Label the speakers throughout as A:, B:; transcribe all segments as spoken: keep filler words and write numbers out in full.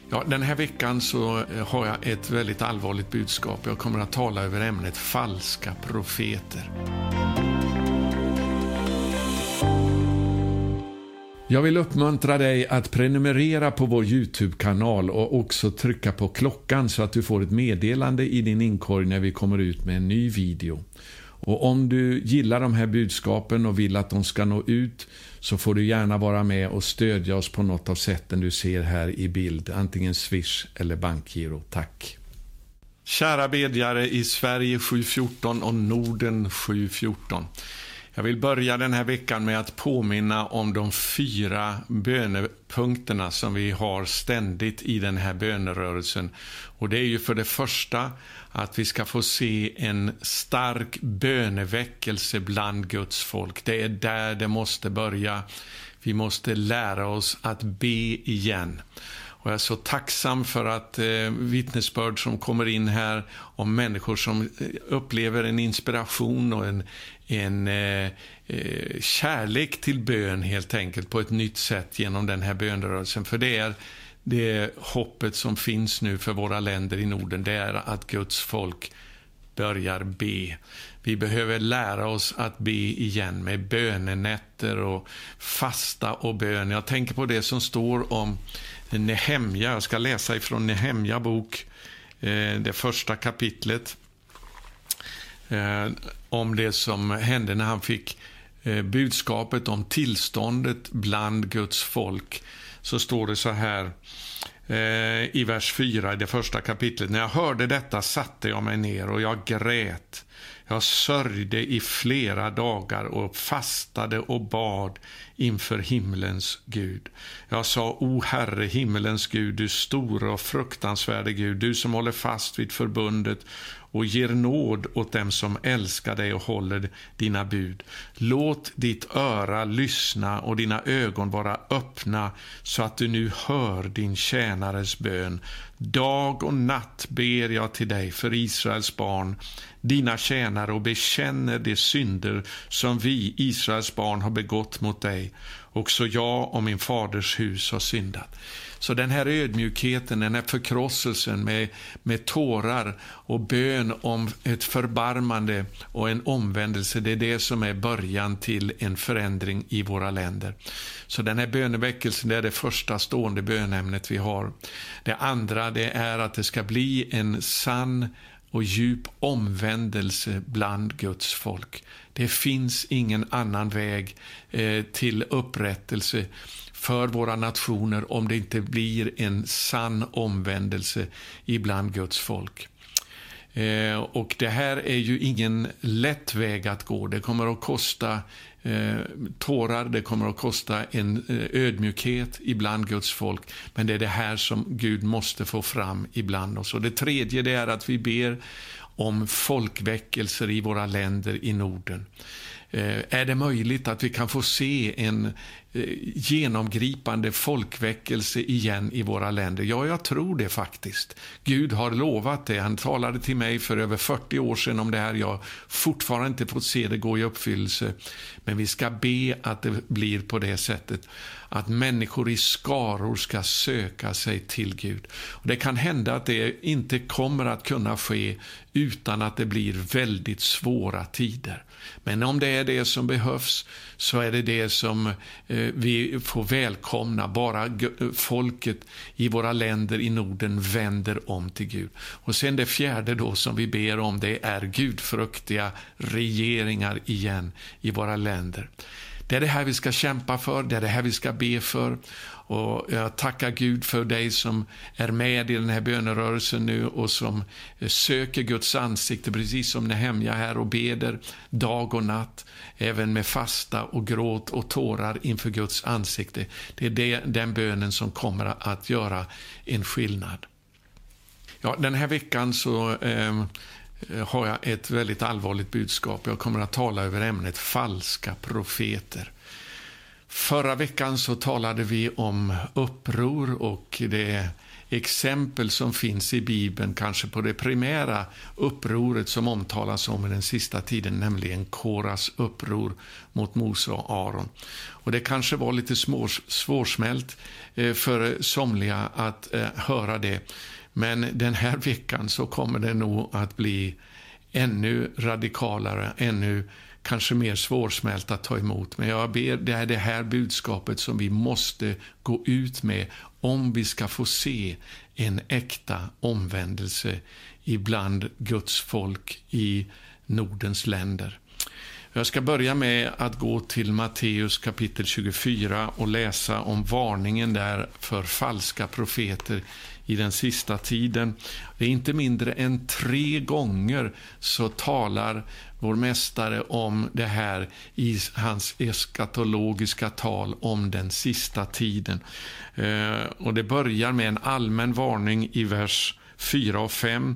A: Ja, den här veckan så har jag ett väldigt allvarligt budskap. Jag kommer att tala över ämnet falska profeter. Jag vill uppmuntra dig att prenumerera på vår YouTube-kanal och också trycka på klockan så att du får ett meddelande i din inkorg när vi kommer ut med en ny video. Och om du gillar de här budskapen och vill att de ska nå ut så får du gärna vara med och stödja oss på något av sätten du ser här i bild, antingen Swish eller bankgiro. Tack. Kära bedjare i Sverige sju fjorton och Norden sju fjorton. Jag vill börja den här veckan med att påminna om de fyra bönepunkterna som vi har ständigt i den här bönerörelsen. Och det är ju för det första att vi ska få se en stark böneväckelse bland Guds folk. Det är där det måste börja. Vi måste lära oss att be igen. Och jag är så tacksam för att eh, vittnesbörd som kommer in här om människor som upplever en inspiration och en, en eh, eh, kärlek till bön helt enkelt på ett nytt sätt genom den här bönerörelsen. För det är det hoppet som finns nu för våra länder i Norden, det är att Guds folk börjar be. Vi behöver lära oss att be igen med bönenätter och fasta och bön. Jag tänker på det som står om Nehemja. Jag ska läsa ifrån Nehemja bok, eh, det första kapitlet, eh, om det som hände när han fick eh, budskapet om tillståndet bland Guds folk. Så står det så här eh, i vers fyra i det första kapitlet. När jag hörde detta satte jag mig ner och jag grät. Jag sörjde i flera dagar och fastade och bad inför himlens Gud. Jag sa, o Herre, himlens Gud, du stora och fruktansvärde Gud, du som håller fast vid förbundet och ger nåd åt dem som älskar dig och håller dina bud. Låt ditt öra lyssna och dina ögon vara öppna så att du nu hör din tjänares bön. Dag och natt ber jag till dig för Israels barn, dina tjänare, och bekänner de synder som vi, Israels barn, har begått mot dig. Också jag och min faders hus har syndat. Så den här ödmjukheten, den här förkrosselsen med, med tårar och bön om ett förbarmande och en omvändelse, det är det som är början till en förändring i våra länder. Så den här böneväckelsen, det är det första stående bönämnet vi har. Det andra, det är att det ska bli en sann och djup omvändelse bland Guds folk. Det finns ingen annan väg eh, till upprättelse för våra nationer om det inte blir en sann omvändelse ibland Guds folk. Eh, och det här är ju ingen lätt väg att gå. Det kommer att kosta eh, tårar, det kommer att kosta en eh, ödmjukhet ibland Guds folk. Men det är det här som Gud måste få fram ibland oss. Och det tredje, det är att vi ber om folkväckelser i våra länder i Norden. Eh, är det möjligt att vi kan få se en eh, genomgripande folkväckelse igen i våra länder? Ja, jag tror det faktiskt. Gud har lovat det. Han talade till mig för över fyrtio år sedan om det här. Jag har fortfarande inte fått se det gå i uppfyllelse. Men vi ska be att det blir på det sättet. Att människor i skaror ska söka sig till Gud. Och det kan hända att det inte kommer att kunna ske utan att det blir väldigt svåra tider. Men om det är det som behövs så är det det som eh, vi får välkomna. Bara g- folket i våra länder i Norden vänder om till Gud. Och sen det fjärde då som vi ber om, det är gudfruktiga regeringar igen i våra länder. Det är det här vi ska kämpa för, det är det här vi ska be för. Och jag tackar Gud för dig som är med i den här bönerörelsen nu och som söker Guds ansikte precis som Nehemja här och beder dag och natt, även med fasta och gråt och tårar inför Guds ansikte. Det är det, den bönen som kommer att göra en skillnad. Ja, den här veckan så eh, har jag ett väldigt allvarligt budskap. Jag kommer att tala över ämnet falska profeter. Förra veckan så talade vi om uppror och det exempel som finns i Bibeln, kanske på det primära upproret som omtalas om i den sista tiden, nämligen Koras uppror mot Mose och Aron. Och det kanske var lite små, svårsmält för somliga att höra det, men den här veckan så kommer det nog att bli ännu radikalare, ännu kanske mer svårsmält att ta emot. Men jag ber, det är det här budskapet som vi måste gå ut med om vi ska få se en äkta omvändelse ibland Guds folk i Nordens länder. Jag ska börja med att gå till Matteus kapitel tjugofyra och läsa om varningen där för falska profeter i den sista tiden. Det är inte mindre än tre gånger så talar vår mästare om det här i hans eskatologiska tal om den sista tiden. Eh, och det börjar med en allmän varning i vers fyra och fem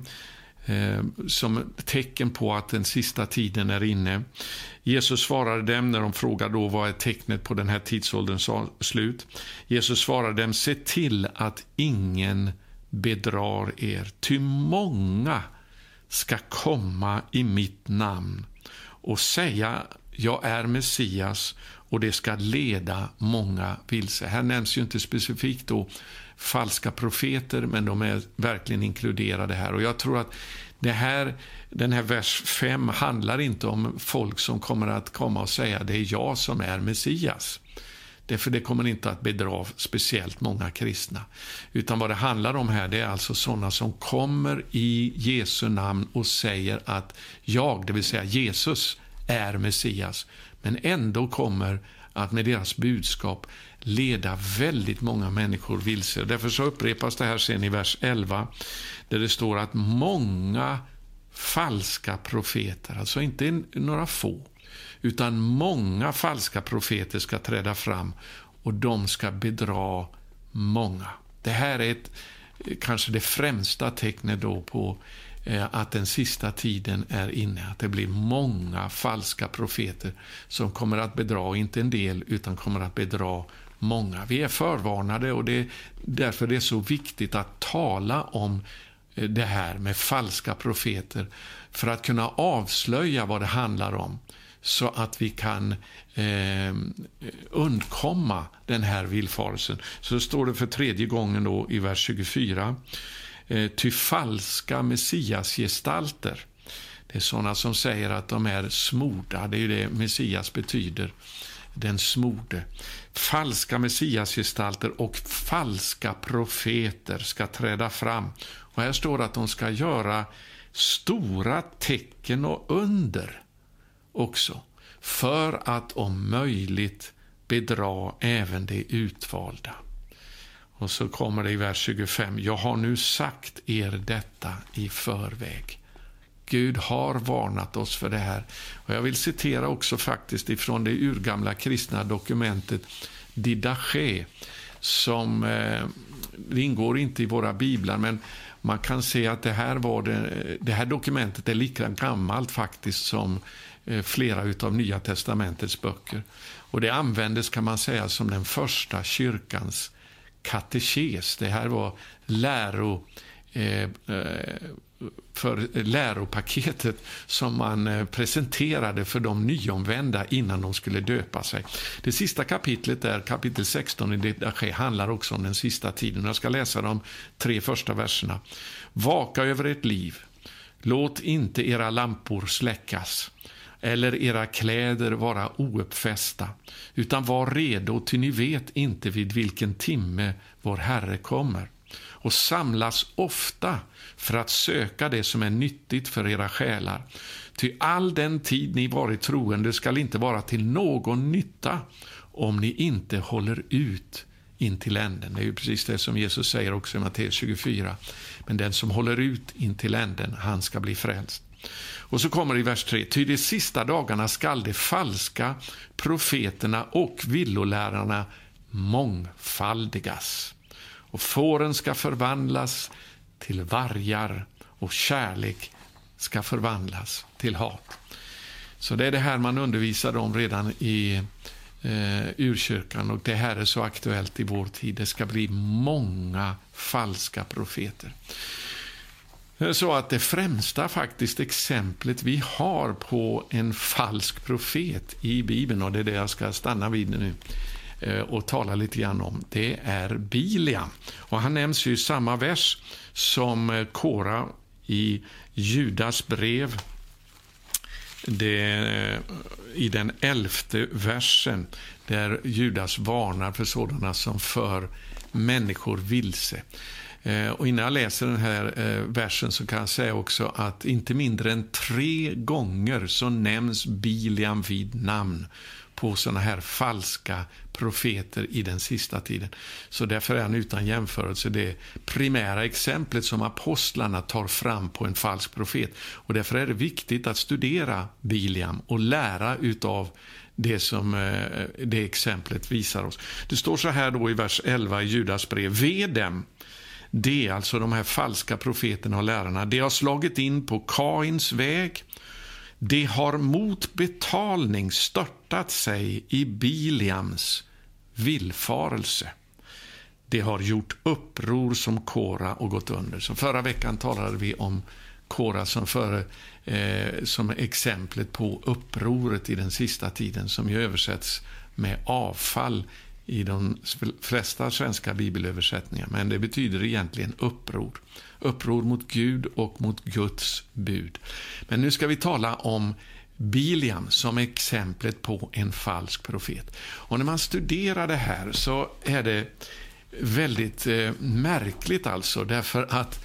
A: eh, som tecken på att den sista tiden är inne. Jesus svarade dem när de frågade då vad är tecknet på den här tidsålderns slut. Jesus svarade dem: se till att ingen bedrar er, ty många ska komma i mitt namn och säga jag är Messias, och det ska leda många vilse. Här nämns ju inte specifikt då falska profeter, men de är verkligen inkluderade här. Och jag tror att det här, den här vers fem handlar inte om folk som kommer att komma och säga det är jag som är Messias. Därför det kommer inte att bedra speciellt många kristna. Utan vad det handlar om här, det är alltså sådana som kommer i Jesu namn och säger att jag, det vill säga Jesus, är Messias. Men ändå kommer att med deras budskap leda väldigt många människor vilse. Därför så upprepas det här sen i vers elva, där det står att många falska profeter, alltså inte några få, utan många falska profeter ska träda fram och de ska bedra många. Det här är ett, kanske det främsta tecknet då på eh, att den sista tiden är inne. Att det blir många falska profeter som kommer att bedra, inte en del, utan kommer att bedra många. Vi är förvarnade, och det är därför det är så viktigt att tala om det här med falska profeter för att kunna avslöja vad det handlar om, så att vi kan eh, undkomma den här villfarelsen. Så står det för tredje gången då i vers tjugofyra. Eh, ty falska messiasgestalter. Det är sådana som säger att de är smorda. Det är ju det Messias betyder. Den smorde. Falska messiasgestalter och falska profeter ska träda fram. Och här står det att de ska göra stora tecken och under också, för att om möjligt bedra även de utvalda. Och så kommer det i vers tjugofem: jag har nu sagt er detta i förväg. Gud har varnat oss för det här. Och jag vill citera också faktiskt ifrån det urgamla kristna dokumentet Didache, som eh, det ingår inte i våra biblar, men man kan se att det här, var det, det här dokumentet är lika gammalt faktiskt som flera utav Nya testamentets böcker. Och det användes, kan man säga, som den första kyrkans katekes. Det här var läro, eh, för läropaketet som man presenterade för de nyomvända innan de skulle döpa sig. Det sista kapitlet är kapitel sexton i Didache, handlar också om den sista tiden. Jag ska läsa de tre första verserna. Vaka över ett liv. Låt inte era lampor släckas eller era kläder vara ouppfästa, utan var redo, till ni vet inte vid vilken timme vår Herre kommer. Och samlas ofta för att söka det som är nyttigt för era själar. Ty all den tid ni varit troende skall inte vara till någon nytta om ni inte håller ut in till änden. Det är ju precis det som Jesus säger också i Matteus tjugofyra. Men den som håller ut in till änden, han ska bli frälst. Och så kommer det i vers tre. Ty de sista dagarna skall de falska profeterna och villolärarna mångfaldigas. Och fåren ska förvandlas till vargar och kärlek ska förvandlas till hat. Så det är det här man undervisade om redan i eh, urkyrkan, och det här är så aktuellt i vår tid. Det ska bli många falska profeter. Så att det främsta faktiskt exemplet vi har på en falsk profet i Bibeln, och det är det jag ska stanna vid nu och tala lite grann om, det är Biliam. Och han nämns ju i samma vers som Kora i Judas brev, det, i den elfte versen, där Judas varnar för sådana som för människor vilse. Och innan jag läser den här versen så kan jag säga också att inte mindre än tre gånger så nämns Biliam vid namn på såna här falska profeter i den sista tiden. Så därför är han utan jämförelse det primära exemplet som apostlarna tar fram på en falsk profet. Och därför är det viktigt att studera Biliam och lära utav det som det exemplet visar oss. Det står så här då i vers elva i Judas brev: Ve dem, det är alltså de här falska profeterna och lärarna, de har slagit in på Kains väg. De har mot betalning störtat sig i Biliams villfarelse. De har gjort uppror som Kora och gått under. Så förra veckan talade vi om Kora som, före, eh, som exemplet på upproret i den sista tiden, som ju översätts med avfall i de flesta svenska bibelöversättningar. Men det betyder egentligen uppror. Uppror mot Gud och mot Guds bud. Men nu ska vi tala om Biliam som exemplet på en falsk profet. Och när man studerar det här så är det väldigt eh, märkligt alltså, därför att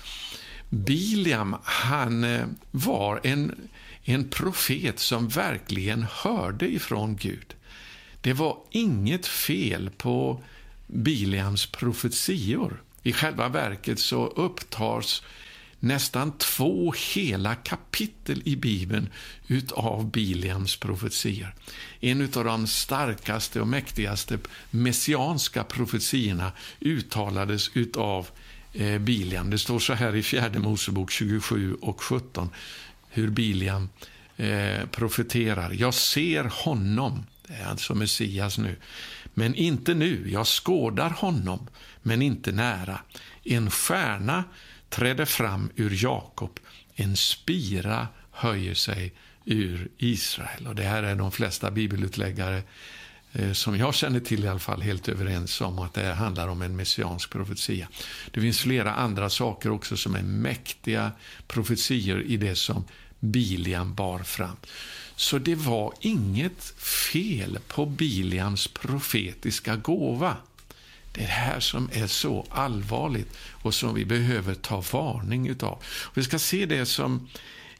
A: Biliam, han eh, var en, en profet som verkligen hörde ifrån Gud. Det var inget fel på Biliams profetior. I själva verket så upptas nästan två hela kapitel i Bibeln utav Biliams profetior. En av de starkaste och mäktigaste messianska profetiorna uttalades utav eh, Biliam. Det står så här i fjärde Mosebok tjugosju och sjutton hur Biliam eh, profeterar: Jag ser honom, det är alltså Messias nu, men inte nu. Jag skådar honom, men inte nära. En stjärna träder fram ur Jakob. En spira höjer sig ur Israel. Och det här är de flesta bibelutläggare eh, som jag känner till i alla fall helt överens om att det handlar om en messiansk profetia. Det finns flera andra saker också som är mäktiga profetior i det som Biliam bar fram. Så det var inget fel på Biliams profetiska gåva. Det är det här som är så allvarligt och som vi behöver ta varning utav. Vi ska se det som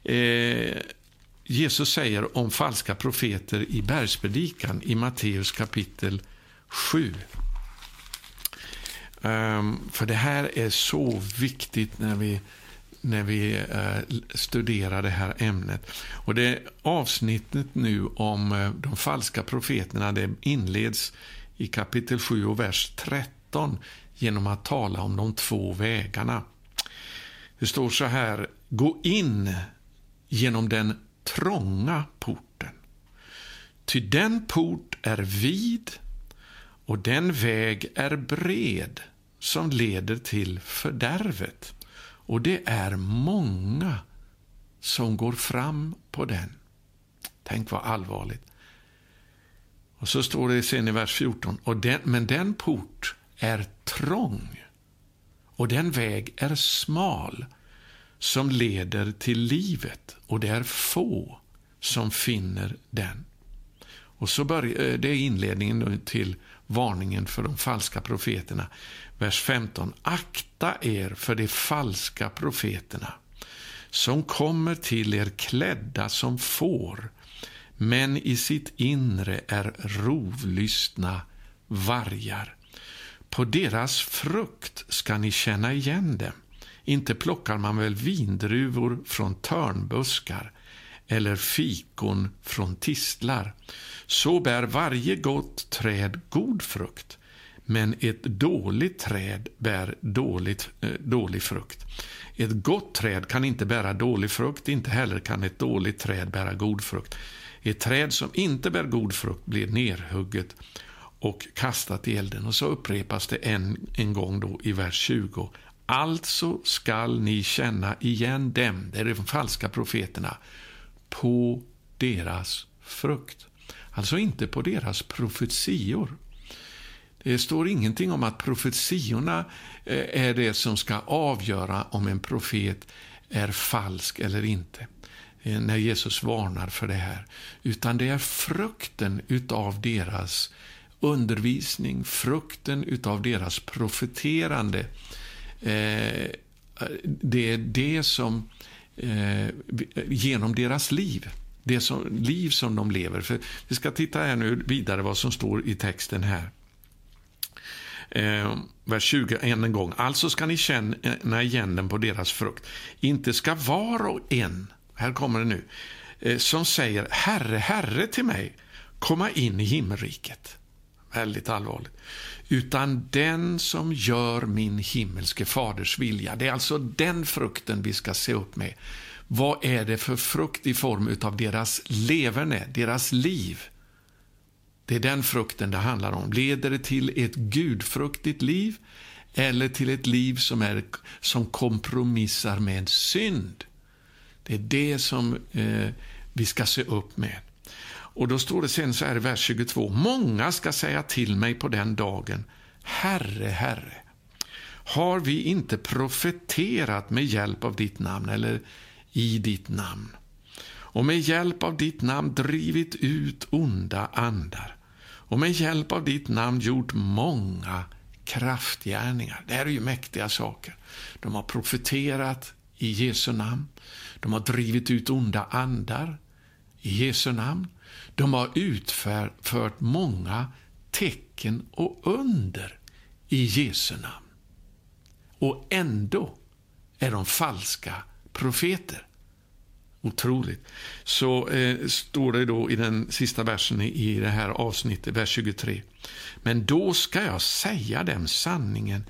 A: eh, Jesus säger om falska profeter i bergspredikan i Matteus kapitel sju. Um, för det här är så viktigt när vi när vi eh, studerar det här ämnet. Och det avsnittet nu om eh, de falska profeterna, det inleds i kapitel sju och vers tretton genom att tala om de två vägarna. Det står så här: Gå in genom den trånga porten. Ty den port är vid och den väg är bred som leder till fördärvet. Och det är många som går fram på den. Tänk vad allvarligt. Och så står det sen i vers fjorton: och den, men den port är trång och den väg är smal som leder till livet, och det är få som finner den. Och så börjar det inledningen till varningen för de falska profeterna. Vers femton: Akta er för de falska profeterna som kommer till er klädda som får, men i sitt inre är rovlystna vargar. På deras frukt ska ni känna igen dem. Inte plockar man väl vindruvor från törnbuskar eller fikon från tistlar. Så bär varje gott träd god frukt, men ett dåligt träd bär dåligt, eh, dålig frukt. Ett gott träd kan inte bära dålig frukt, inte heller kan ett dåligt träd bära god frukt. Ett träd som inte bär god frukt blir nerhugget och kastat i elden. Och så upprepas det en, en gång då i vers tjugo. Alltså skall ni känna igen dem, det är de falska profeterna, på deras frukt. Alltså inte på deras profetior. Det står ingenting om att profetiorna är det som ska avgöra om en profet är falsk eller inte, när Jesus varnar för det här. Utan det är frukten utav deras undervisning, frukten utav deras profeterande. Det är det som genom deras liv, det som, liv som de lever. För vi ska titta här nu vidare vad som står i texten här. Eh, vers tjugo en gång. Alltså ska ni känna igen den på deras frukt. Inte ska var och en, här kommer det nu, eh, som säger Herre, Herre till mig, komma in i himmelriket. Väldigt allvarligt. Utan den som gör min himmelske faders vilja. Det är alltså den frukten vi ska se upp med. Vad är det för frukt i form av deras leverne, deras liv? Det är den frukten det handlar om. Leder det till ett gudfruktigt liv eller till ett liv som, är, som kompromissar med synd? Det är det som eh, vi ska se upp med. Och då står det sen så här i vers tjugotvå. Många ska säga till mig på den dagen, Herre, Herre, har vi inte profeterat med hjälp av ditt namn eller i ditt namn? Och med hjälp av ditt namn drivit ut onda andar. Och med hjälp av ditt namn gjort många kraftgärningar. Det här är ju mäktiga saker. De har profeterat i Jesu namn. De har drivit ut onda andar i Jesu namn. De har utfört många tecken och under i Jesu namn. Och ändå är de falska profeter. Otroligt. Så eh, står det då i den sista versen i det här avsnittet, vers tjugotre. Men då ska jag säga dem sanningen.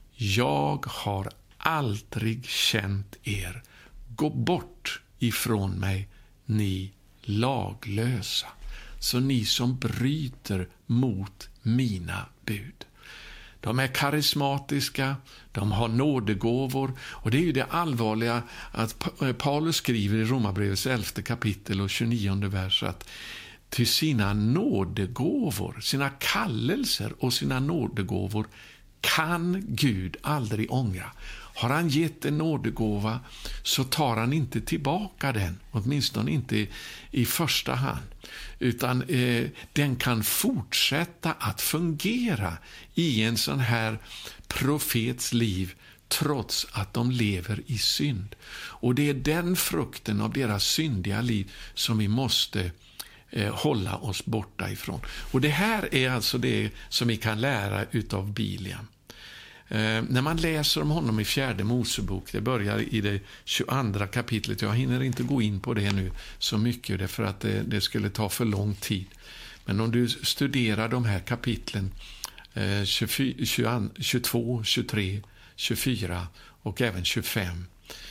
A: Jag har aldrig känt er. Gå bort ifrån mig, ni laglösa. Så ni som bryter mot mina bud. De är karismatiska, de har nådegåvor, och det är ju det allvarliga att Paulus skriver i Romarbrevets elfte kapitel och tjugonionde vers att till sina nådegåvor, sina kallelser och sina nådegåvor kan Gud aldrig ångra. Har han gett en nådegåva så tar han inte tillbaka den, åtminstone inte i första hand. Utan eh, den kan fortsätta att fungera i en sån här profets liv trots att de lever i synd. Och det är den frukten av deras syndiga liv som vi måste eh, hålla oss borta ifrån. Och det här är alltså det som vi kan lära utav Biliam. Eh, när man läser om honom i fjärde Mosebok, det börjar i det tjugoandra kapitlet, jag hinner inte gå in på det nu så mycket därför att det, det skulle ta för lång tid. Men om du studerar de här kapitlen eh, tjugofyra, tjugotvå, tjugotre, tjugofyra och även tjugofem,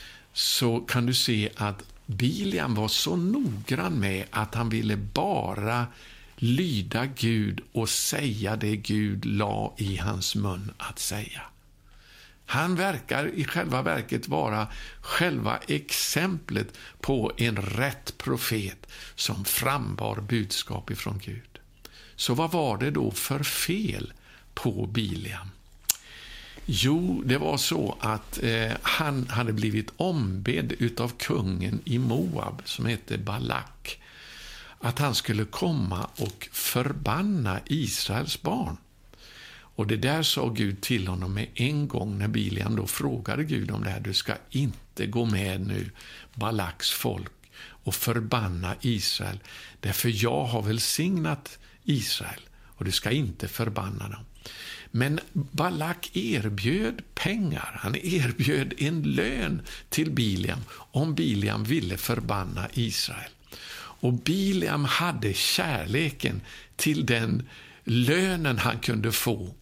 A: så kan du se att Biliam var så noggrann med att han ville bara lyda Gud och säga det Gud la i hans mun att säga. Han verkar i själva verket vara själva exemplet på en rätt profet som frambar budskap ifrån Gud. Så vad var det då för fel på Biliam? Jo, det var så att eh, han hade blivit ombedd utav kungen i Moab som hette Balak att han skulle komma och förbanna Israels barn. Och det där sa Gud till honom med en gång när Biliam då frågade Gud om det här. Du ska inte gå med nu, Balaks folk, och förbanna Israel. Därför jag har välsignat Israel och du ska inte förbanna dem. Men Balak erbjöd pengar, han erbjöd en lön till Biliam om Biliam ville förbanna Israel. Och Biliam hade kärleken till den lönen han kunde få.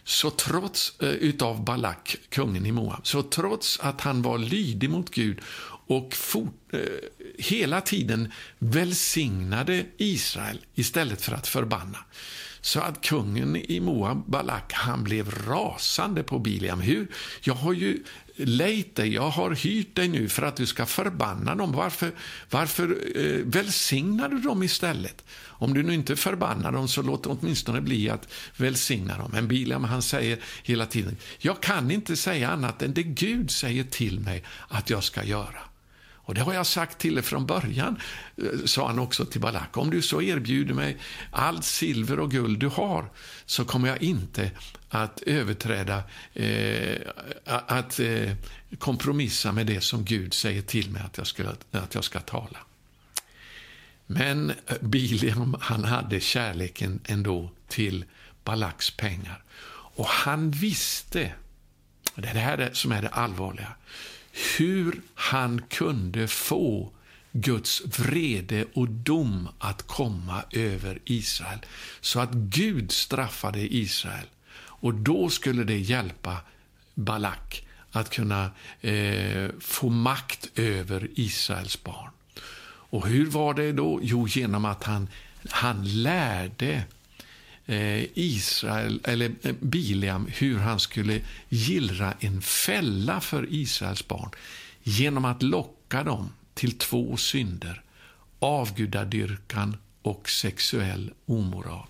A: så trots eh, utav Balak, kungen i Moab, så trots att han var lydig mot Gud och fort, eh, hela tiden välsignade Israel istället för att förbanna, så att kungen i Moab, Balak, han blev rasande på Biliam. Hur? Jag har ju lejt dig, jag har hyrt dig nu för att du ska förbanna dem. Varför, varför eh, välsignar du dem istället? Om du nu inte förbannar dem, så låt åtminstone bli att välsigna dem. Men Biliam, han säger hela tiden, jag kan inte säga annat än det Gud säger till mig att jag ska göra. Och det har jag sagt till er från början, sa han också till Balak. Om du så erbjuder mig allt silver och guld du har, så kommer jag inte att överträda, eh, att eh, kompromissa med det som Gud säger till mig att jag ska, att jag ska tala. Men Biliam, han hade kärleken ändå till Balaks pengar. Och han visste, det är det här som är det allvarliga, hur han kunde få Guds vrede och dom att komma över Israel, så att Gud straffade Israel. Och då skulle det hjälpa Balak att kunna eh, få makt över Israels barn. Och hur var det då? Jo, genom att han, han lärde eh, Israel, eller eh, Biliam, hur han skulle gillra en fälla för Israels barn genom att locka dem till två synder: avgudadyrkan och sexuell omoral.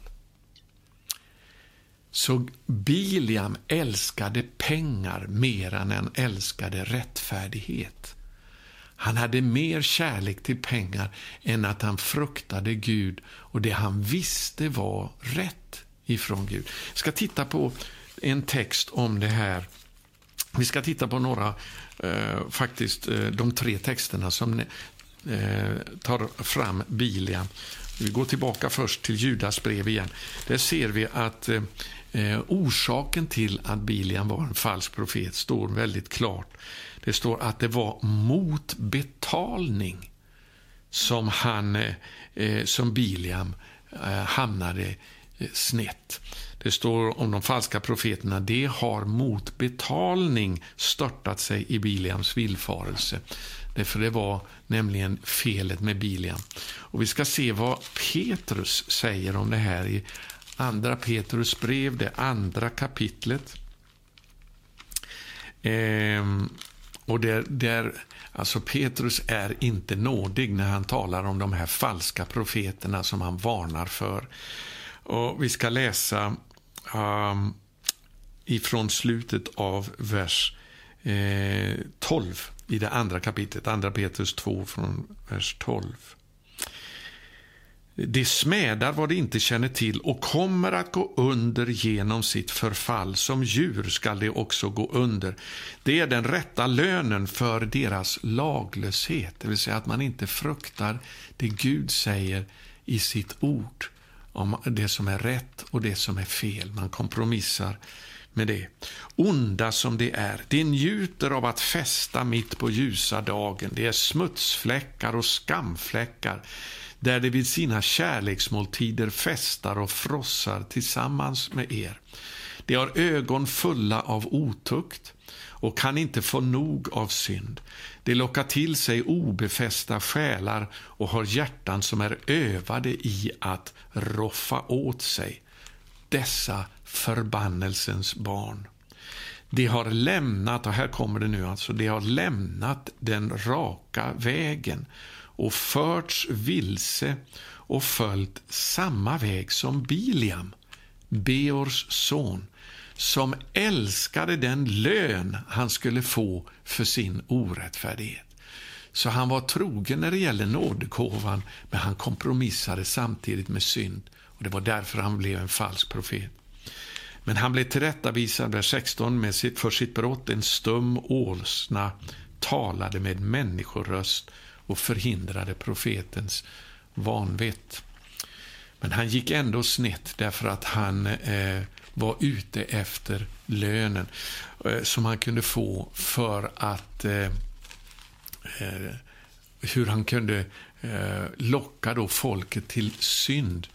A: Så Biliam älskade pengar mer än han älskade rättfärdighet. Han hade mer kärlek till pengar än att han fruktade Gud och det han visste var rätt ifrån Gud. Jag ska titta på en text om det här. Vi ska titta på några, eh, faktiskt eh, de tre texterna som eh, tar fram Biliam. Vi går tillbaka först till Judas brev igen. Där ser vi att eh, orsaken till att Biliam var en falsk profet står väldigt klart. Det står att det var mot betalning som, han, eh, som Biliam eh, hamnade eh, snett. Det står om de falska profeterna, det har mot betalning störtat sig i Biliams villfarelse. Därför det var nämligen felet med Biliam. Och vi ska se vad Petrus säger om det här i andra Petrus brev, det andra kapitlet. Ehm, och där, där, alltså Petrus är inte nådig när han talar om de här falska profeterna som han varnar för. Och vi ska läsa um, ifrån slutet av vers eh, tolv i det andra kapitlet, andra Petrus två från vers tolv. Det smädar vad de inte känner till och kommer att gå under genom sitt förfall. Som djur skall det också gå under. Det är den rätta lönen för deras laglöshet. Det vill säga att man inte fruktar det Gud säger i sitt ord. Om det som är rätt och det som är fel. Man kompromissar med det. Onda som det är. Det njuter av att festa mitt på ljusa dagen. Det är smutsfläckar och skamfläckar. Där det vid sina kärleksmåltider festar och frossar tillsammans med er. De har ögon fulla av otukt och kan inte få nog av synd. De lockar till sig obefästa själar och har hjärtan som är övade i att roffa åt sig. Dessa förbannelsens barn. De har lämnat, och här kommer det nu alltså, de har lämnat den raka vägen och förts vilse och följt samma väg som Biliam, Beors son, som älskade den lön han skulle få för sin orättfärdighet. Så han var trogen när det gäller nådegåvan, men han kompromissade samtidigt med synd, och det var därför han blev en falsk profet. Men han blev tillrättavisad, vers sexton, med sitt, för sitt brott. En stum åsna talade med människoröst och förhindrade profetens vanvett. Men han gick ändå snett därför att han eh, var ute efter lönen eh, som han kunde få för att eh, eh, hur han kunde eh, locka då folket till synd.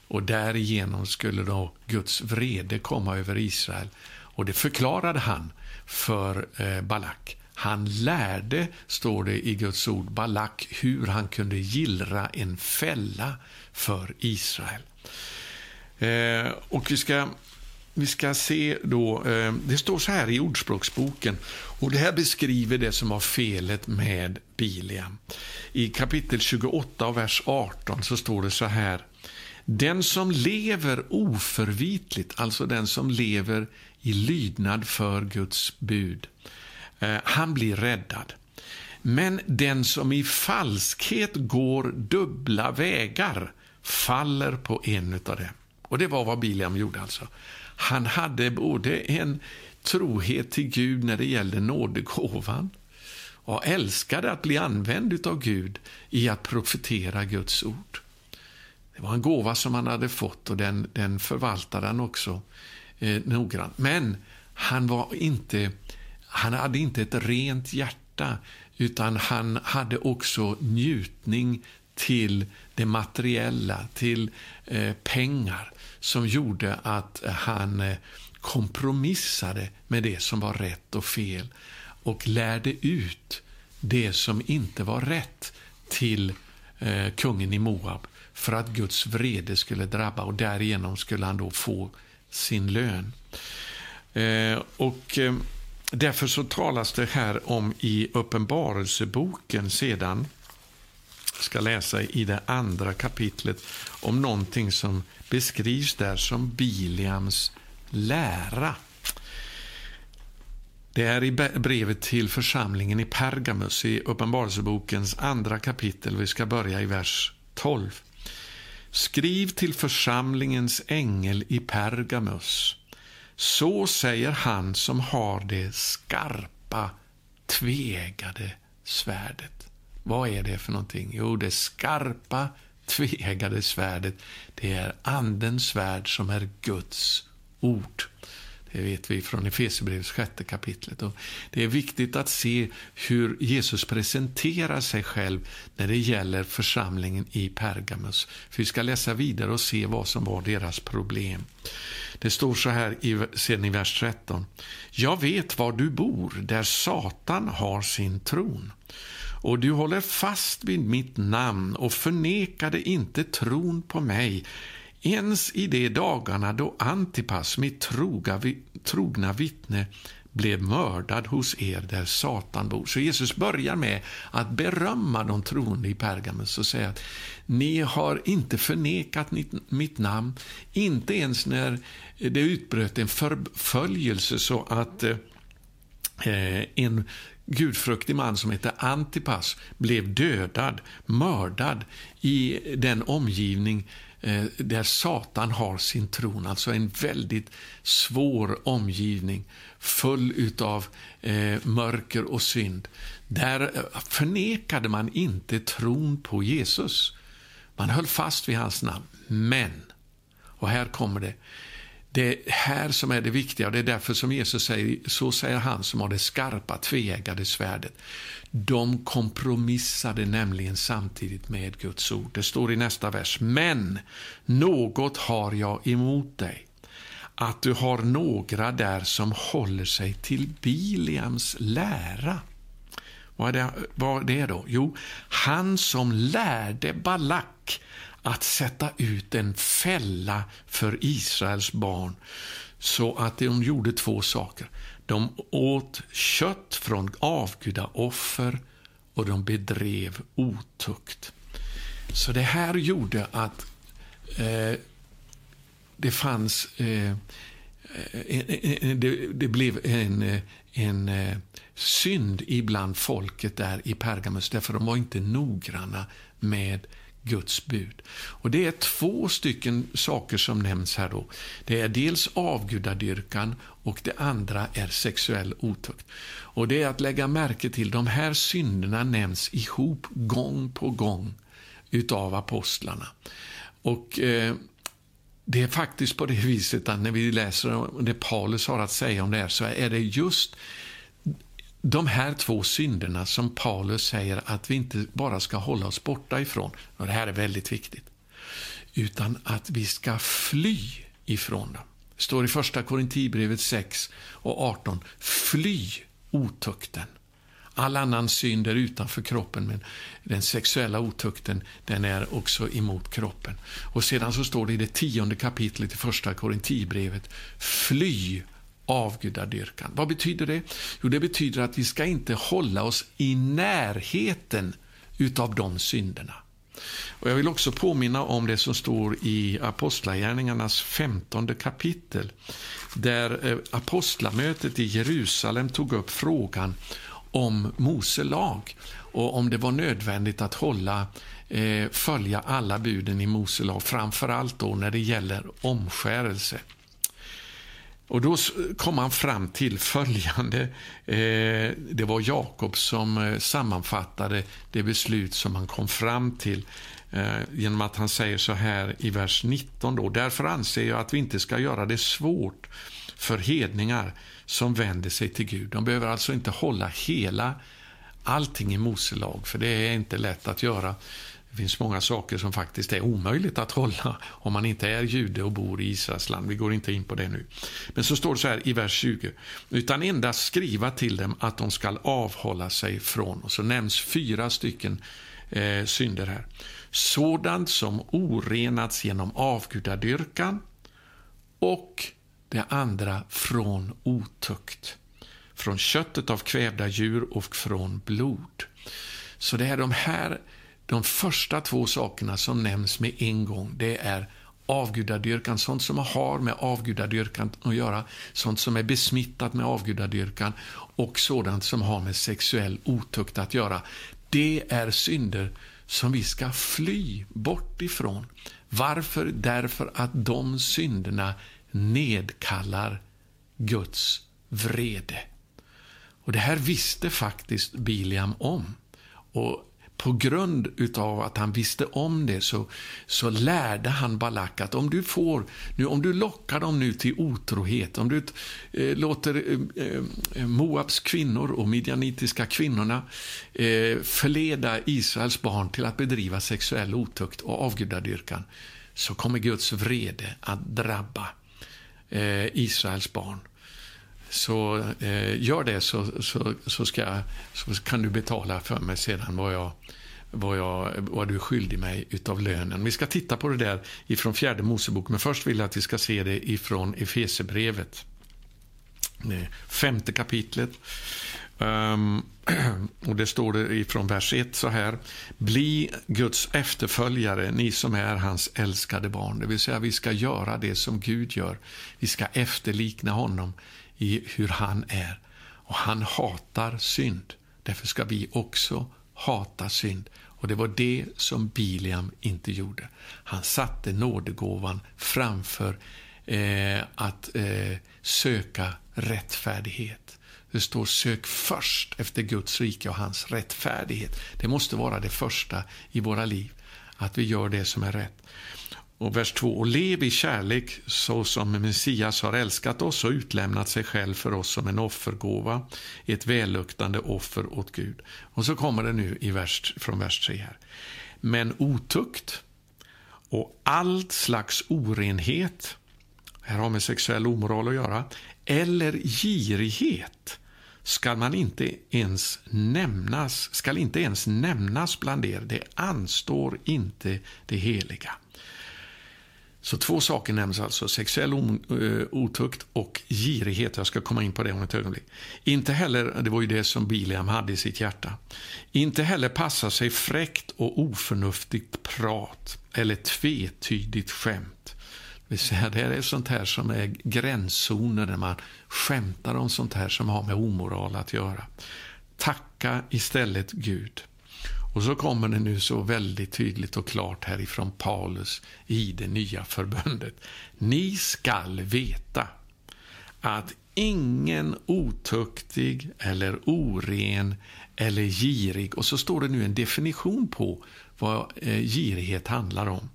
A: Och därigenom skulle då Guds vrede komma över Israel. Och det förklarade han för eh, Balak. Han lärde, står det i Guds ord, Balak hur han kunde gillra en fälla för Israel. Eh, och vi ska, vi ska se då, eh, det står så här i Ordspråksboken, och det här beskriver det som var felet med Bileam. I kapitel tjugoåtta och vers arton så står det så här: den som lever oförvitligt, alltså den som lever i lydnad för Guds bud, eh, han blir räddad. Men den som i falskhet går dubbla vägar faller på en utav dem. Och det var vad Bileam gjorde alltså. Han hade både en trohet till Gud när det gällde nådegåvan och älskade att bli använd utav Gud i att profetera Guds ord. Det var en gåva som han hade fått, och den, den förvaltade han också eh, noggrant. Men han var inte, han hade inte ett rent hjärta, utan han hade också njutning till det materiella, till eh, pengar, som gjorde att han eh, kompromissade med det som var rätt och fel och lärde ut det som inte var rätt till eh, kungen i Moab, för att Guds vrede skulle drabba, och därigenom skulle han då få sin lön. Eh, och eh, därför så talas det här om i Uppenbarelseboken sedan, ska läsa i det andra kapitlet, om någonting som beskrivs där som Bileams lära. Det är i brevet till församlingen i Pergamus i Uppenbarelsebokens andra kapitel. Vi ska börja i vers tolv. Skriv till församlingens ängel i Pergamus. Så säger han som har det skarpa, tvegade svärdet. Vad är det för någonting? Jo, det skarpa, tvegade svärdet, det är andens svärd som är Guds ord. Det vet vi från Efesierbrevets sjätte kapitlet. Och det är viktigt att se hur Jesus presenterar sig själv när det gäller församlingen i Pergamus. För vi ska läsa vidare och se vad som var deras problem. Det står så här i, sedan i vers tretton. Jag vet var du bor, där Satan har sin tron. Och du håller fast vid mitt namn och förnekade inte tron på mig, ens i de dagarna då Antipas, mitt troga, trogna vittne, blev mördad hos er där Satan bor. Så Jesus börjar med att berömma de troende i Pergamus och säga att ni har inte förnekat mitt namn, inte ens när det utbröt en förföljelse så att eh, en gudfruktig man som heter Antipas blev dödad, mördad i den omgivning eh, där Satan har sin tron. Alltså en väldigt svår omgivning, full utav eh, mörker och synd. Där förnekade man inte tron på Jesus. Man höll fast vid hans namn. Men, och här kommer det, det här som är det viktiga, och det är därför som Jesus säger, så säger han som har det skarpa, tveeggade svärdet. De kompromissade nämligen samtidigt med Guds ord. Det står i nästa vers. Men något har jag emot dig, att du har några där som håller sig till Bileams lära. Vad är det, vad är det då? Jo, han som lärde Balak att sätta ut en fälla för Israels barn, så att de gjorde två saker. De åt kött från avgudaoffer och de bedrev otukt. Så det här gjorde att eh, det fanns eh, det, det blev en, en synd ibland folket där i Pergamus, därför de var inte noggranna med Guds bud. Och det är två stycken saker som nämns här då. Det är dels avgudadyrkan och det andra är sexuell otukt. Och det är att lägga märke till, de här synderna nämns ihop gång på gång utav apostlarna. Och eh, det är faktiskt på det viset att när vi läser det Paulus har att säga om det här, så är det just de här två synderna som Paulus säger att vi inte bara ska hålla oss borta ifrån. Och det här är väldigt viktigt. utan att vi ska fly ifrån dem. Det står i första Korinthierbrevet sex och arton, fly otukten. All annan synd är utanför kroppen, men den sexuella otukten, den är också emot kroppen. Och sedan så står det i det tionde kapitlet i första Korinthierbrevet, fly avgudadyrkan. Vad betyder det? Jo, det betyder att vi ska inte hålla oss i närheten utav de synderna. Och jag vill också påminna om det som står i Apostlagärningarnas femtonde kapitel, där apostlamötet i Jerusalem tog upp frågan om Mose lag och om det var nödvändigt att hålla, eh, följa alla buden i Mose lag, framförallt då när det gäller omskärelse. Och då kom han fram till följande, eh, det var Jakob som eh, sammanfattade det beslut som han kom fram till eh, genom att han säger så här i vers nitton då, därför anser jag att vi inte ska göra det svårt för hedningar som vänder sig till Gud. De behöver alltså inte hålla hela allting i Mose lag, för det är inte lätt att göra. Det finns många saker som faktiskt är omöjligt att hålla om man inte är jude och bor i Israels land. Vi går inte in på det nu. Men så står det så här i vers tjugo. Utan endast skriva till dem att de ska avhålla sig från. Och så nämns fyra stycken eh, synder här. Sådant som orenats genom avgudadyrkan, och det andra från otukt. Från köttet av kvävda djur och från blod. Så det är de här, de första två sakerna som nämns med en gång. Det är avgudadyrkan, sånt som har med avgudadyrkan att göra, sånt som är besmittat med avgudadyrkan, och sådant som har med sexuell otukt att göra. Det är synder som vi ska fly bort ifrån. Varför? Därför att de synderna nedkallar Guds vrede. Och det här visste faktiskt Biliam om. Och på grund utav att han visste om det så, så lärde han Balak att om du får, nu, om du lockar dem nu till otrohet, om du eh, låter eh, Moabs kvinnor och midjanitiska kvinnorna eh, förleda Israels barn till att bedriva sexuell otukt och avgudadyrkan, så kommer Guds vrede att drabba eh, Israels barn. Så eh, gör det, så, så, så, ska, så kan du betala för mig sedan vad, jag, vad, jag, vad du är skyldig mig utav lönen. Vi ska titta på det där ifrån fjärde Mosebok, men först vill jag att vi ska se det ifrån Efesierbrevet, femte kapitlet. Um, och det står det ifrån vers ett så här: bli Guds efterföljare, ni som är hans älskade barn. Det vill säga, vi ska göra det som Gud gör. Vi ska efterlikna honom i hur han är. Och han hatar synd. Därför ska vi också hata synd. Och det var det som Biliam inte gjorde. Han satte nådegåvan framför eh, att eh, söka rättfärdighet. Det står: sök först efter Guds rike och hans rättfärdighet. Det måste vara det första i våra liv, att vi gör det som är rätt. Och vers två: och lev i kärlek så som Messias har älskat oss och utlämnat sig själv för oss som en offergåva, ett välluktande offer åt Gud. Och så kommer det nu i vers, från vers tre här: men otukt och allt slags orenhet, här har med sexuell omoral att göra, eller girighet ska man inte ens nämnas, skall inte ens nämnas bland er. Det anstår inte det heliga. Så två saker nämns alltså: sexuell otukt och girighet. Jag ska komma in på det om ett ögonblick. Inte heller, det var ju det som Biliam hade i sitt hjärta, inte heller passa sig fräckt och oförnuftigt prat eller tvetydigt skämt. Det är sånt här som är gränszoner när man skämtar om sånt här som har med omoral att göra. Tacka istället Gud. Och så kommer det nu så väldigt tydligt och klart härifrån Paulus i det nya förbundet. Ni skall veta att ingen otuktig eller oren eller girig, och så står det nu en definition på vad eh, girighet handlar om.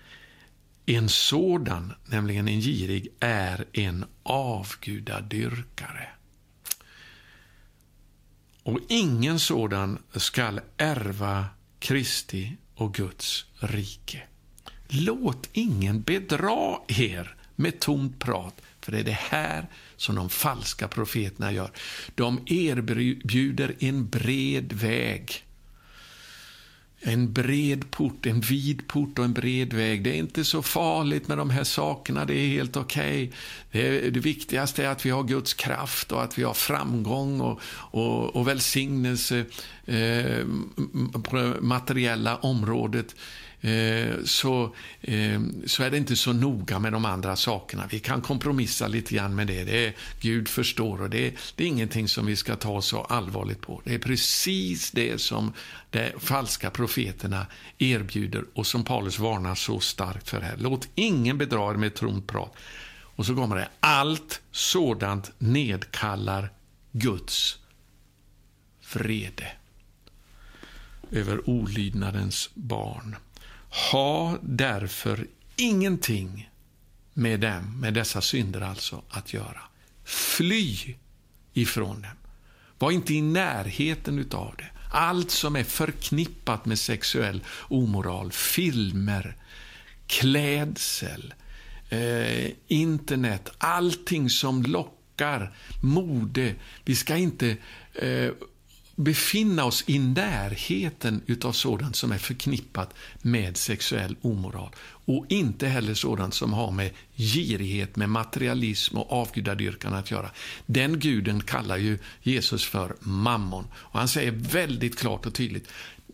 A: En sådan, nämligen en girig, är en avgudadyrkare. Och ingen sådan skall ärva Kristi och Guds rike. Låt ingen bedra er med tomt prat, för det är det här som de falska profeterna gör. De erbjuder en bred väg. En bred port, en vid port och en bred väg. Det är inte så farligt med de här sakerna, det är helt okej. Det, det viktigaste är att vi har Guds kraft och att vi har framgång och, och, och välsignelse eh, på det materiella området. Eh, så, eh, så är det inte så noga med de andra sakerna. Vi kan kompromissa lite grann med det. Det är, Gud förstår, och det, det är ingenting som vi ska ta så allvarligt på. Det är precis det som de falska profeterna erbjuder och som Paulus varnar så starkt för här. Låt ingen bedra er med tomt prat. Och så kommer det: allt sådant nedkallar Guds vrede över olydnadens barn. Ha därför ingenting med dem, med dessa synder alltså, att göra. Fly ifrån dem. Var inte i närheten utav det. Allt som är förknippat med sexuell omoral, filmer, klädsel, eh, internet, allting som lockar, mode. Vi ska inte eh, befinna oss i närheten utav sådant som är förknippat med sexuell omoral, och inte heller sådant som har med girighet, med materialism och avgudadyrkan att göra. Den guden kallar ju Jesus för mammon, och han säger väldigt klart och tydligt: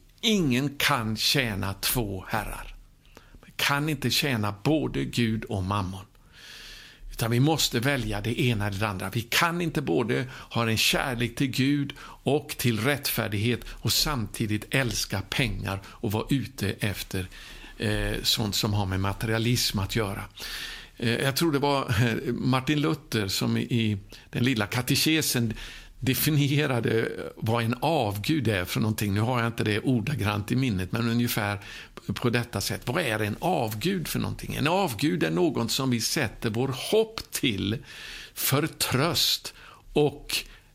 A: ingen kan tjäna två herrar. Man kan inte tjäna både Gud och mammon, utan vi måste välja det ena eller det andra. Vi kan inte både ha en kärlek till Gud och till rättfärdighet och samtidigt älska pengar och vara ute efter eh, sånt som har med materialism att göra. Eh, jag tror det var Martin Luther som i den lilla katekesen definierade vad en avgud är för någonting. Nu har jag inte det ordagrant i minnet, men ungefär på detta sätt. Vad är en avgud för någonting? En avgud är något som vi sätter vår hopp till för tröst och,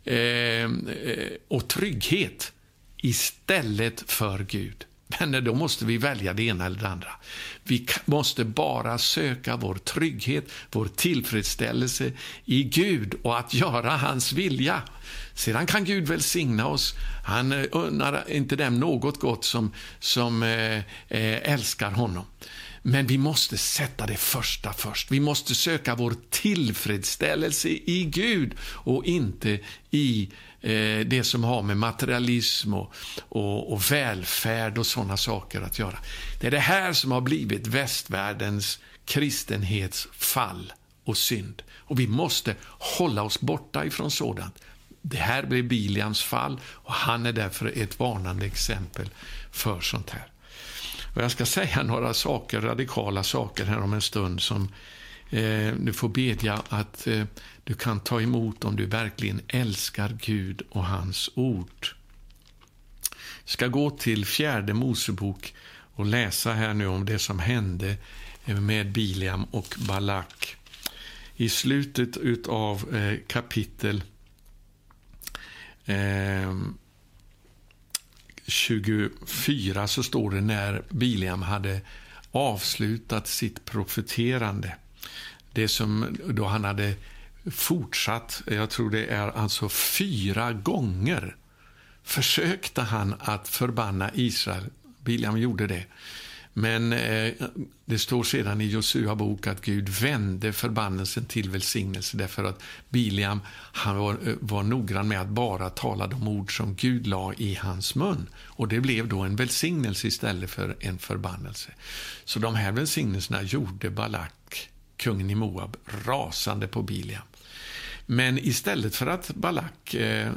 A: eh, och trygghet istället för Gud. Men då måste vi välja det ena eller det andra. Vi måste bara söka vår trygghet, vår tillfredsställelse i Gud och att göra hans vilja. Sedan kan Gud välsigna oss. Han unnar inte dem något gott som, som eh, älskar honom. Men vi måste sätta det första först. Vi måste söka vår tillfredsställelse i Gud och inte i eh, det som har med materialism och, och, och välfärd och sådana saker att göra. Det är det här som har blivit västvärldens kristenhets fall och synd. Och vi måste hålla oss borta ifrån sådant. Det här blev Biliams fall, och han är därför ett varnande exempel för sånt här. Och jag ska säga några saker, radikala saker här om en stund som eh, du får bedja att eh, du kan ta emot om du verkligen älskar Gud och hans ord. Jag ska gå till fjärde Mosebok och läsa här nu om det som hände med Biliam och Balak. I slutet utav eh, kapitel eh, tjugofyra så står det, när Biliam hade avslutat sitt profeterande, det som då han hade fortsatt, jag tror det är alltså fyra gånger försökte han att förbanna Israel. Biliam gjorde det. Men eh, det står sedan i Josua bok att Gud vände förbannelsen till välsignelse, därför att Biliam han var, var noggrann med att bara tala de ord som Gud la i hans mun. Och det blev då en välsignelse istället för en förbannelse. Så de här välsignelserna gjorde Balak, kungen i Moab, rasande på Biliam. Men istället för att Balak eh,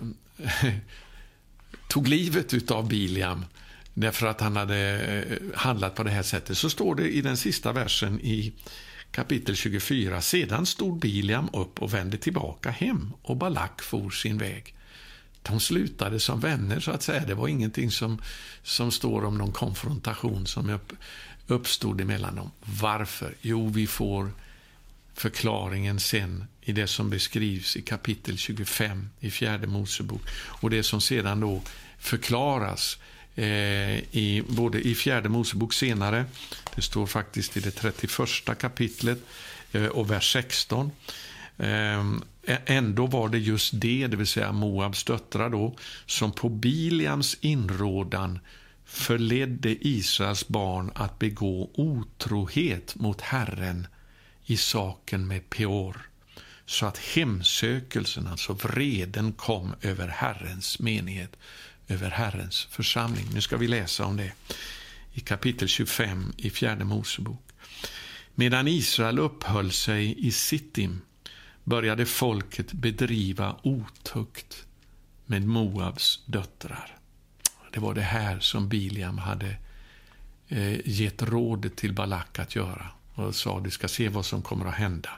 A: tog livet utav Biliam därför att han hade handlat på det här sättet, så står det i den sista versen i kapitel tjugofyra: sedan stod Biliam upp och vände tillbaka hem, och Balak for sin väg. De slutade som vänner, så att säga. Det var ingenting som, som står om någon konfrontation som upp, uppstod emellan dem. Varför? Jo, vi får förklaringen sen i det som beskrivs i kapitel tjugofem i fjärde Mosebok, och det som sedan då förklaras eh, i, både i fjärde Mosebok senare, det står faktiskt i det trettioförsta kapitlet eh, och vers sexton. Eh, ändå var det just det, det vill säga Moabs döttrar då, som på Biliams inrådan förledde Israels barn att begå otrohet mot Herren i saken med Peor, så att hemsökelsen, alltså vreden, kom över Herrens menighet, över Herrens församling. Nu ska vi läsa om det i kapitel tjugofem i fjärde Mosebok. Medan Israel upphöll sig i Sittim började folket bedriva otukt med Moabs döttrar. Det var det här som Biliam hade eh, gett råd till Balak att göra. Och sa, du ska se vad som kommer att hända.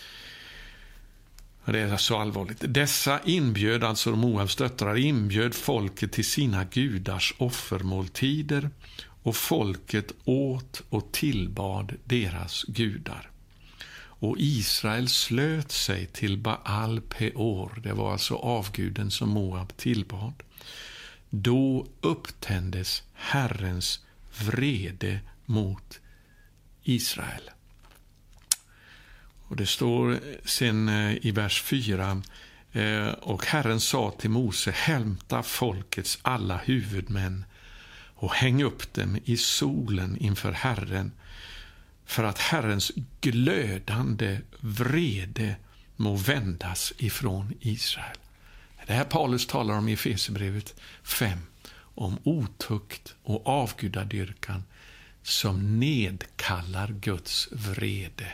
A: Och det är så allvarligt. Dessa inbjöd, alltså Moabs döttrar, inbjöd folket till sina gudars offermåltider. Och folket åt och tillbad deras gudar. Och Israel slöt sig till Baal Peor. Det var alltså avguden som Moab tillbad. Då upptändes Herrens vrede mot Israel. Och det står sen i vers fyra, och Herren sa till Mose, hämta folkets alla huvudmän och häng upp dem i solen inför Herren, för att Herrens glödande vrede må vändas ifrån Israel. Det här Paulus talar om i Efesierbrevet fem, om otukt och avgudadyrkan som nedkallar Guds vrede.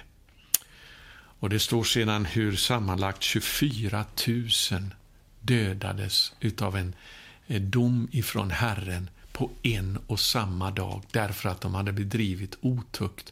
A: Och det står sedan hur sammanlagt tjugofyra tusen dödades utav en dom ifrån Herren på en och samma dag, därför att de hade bedrivit otukt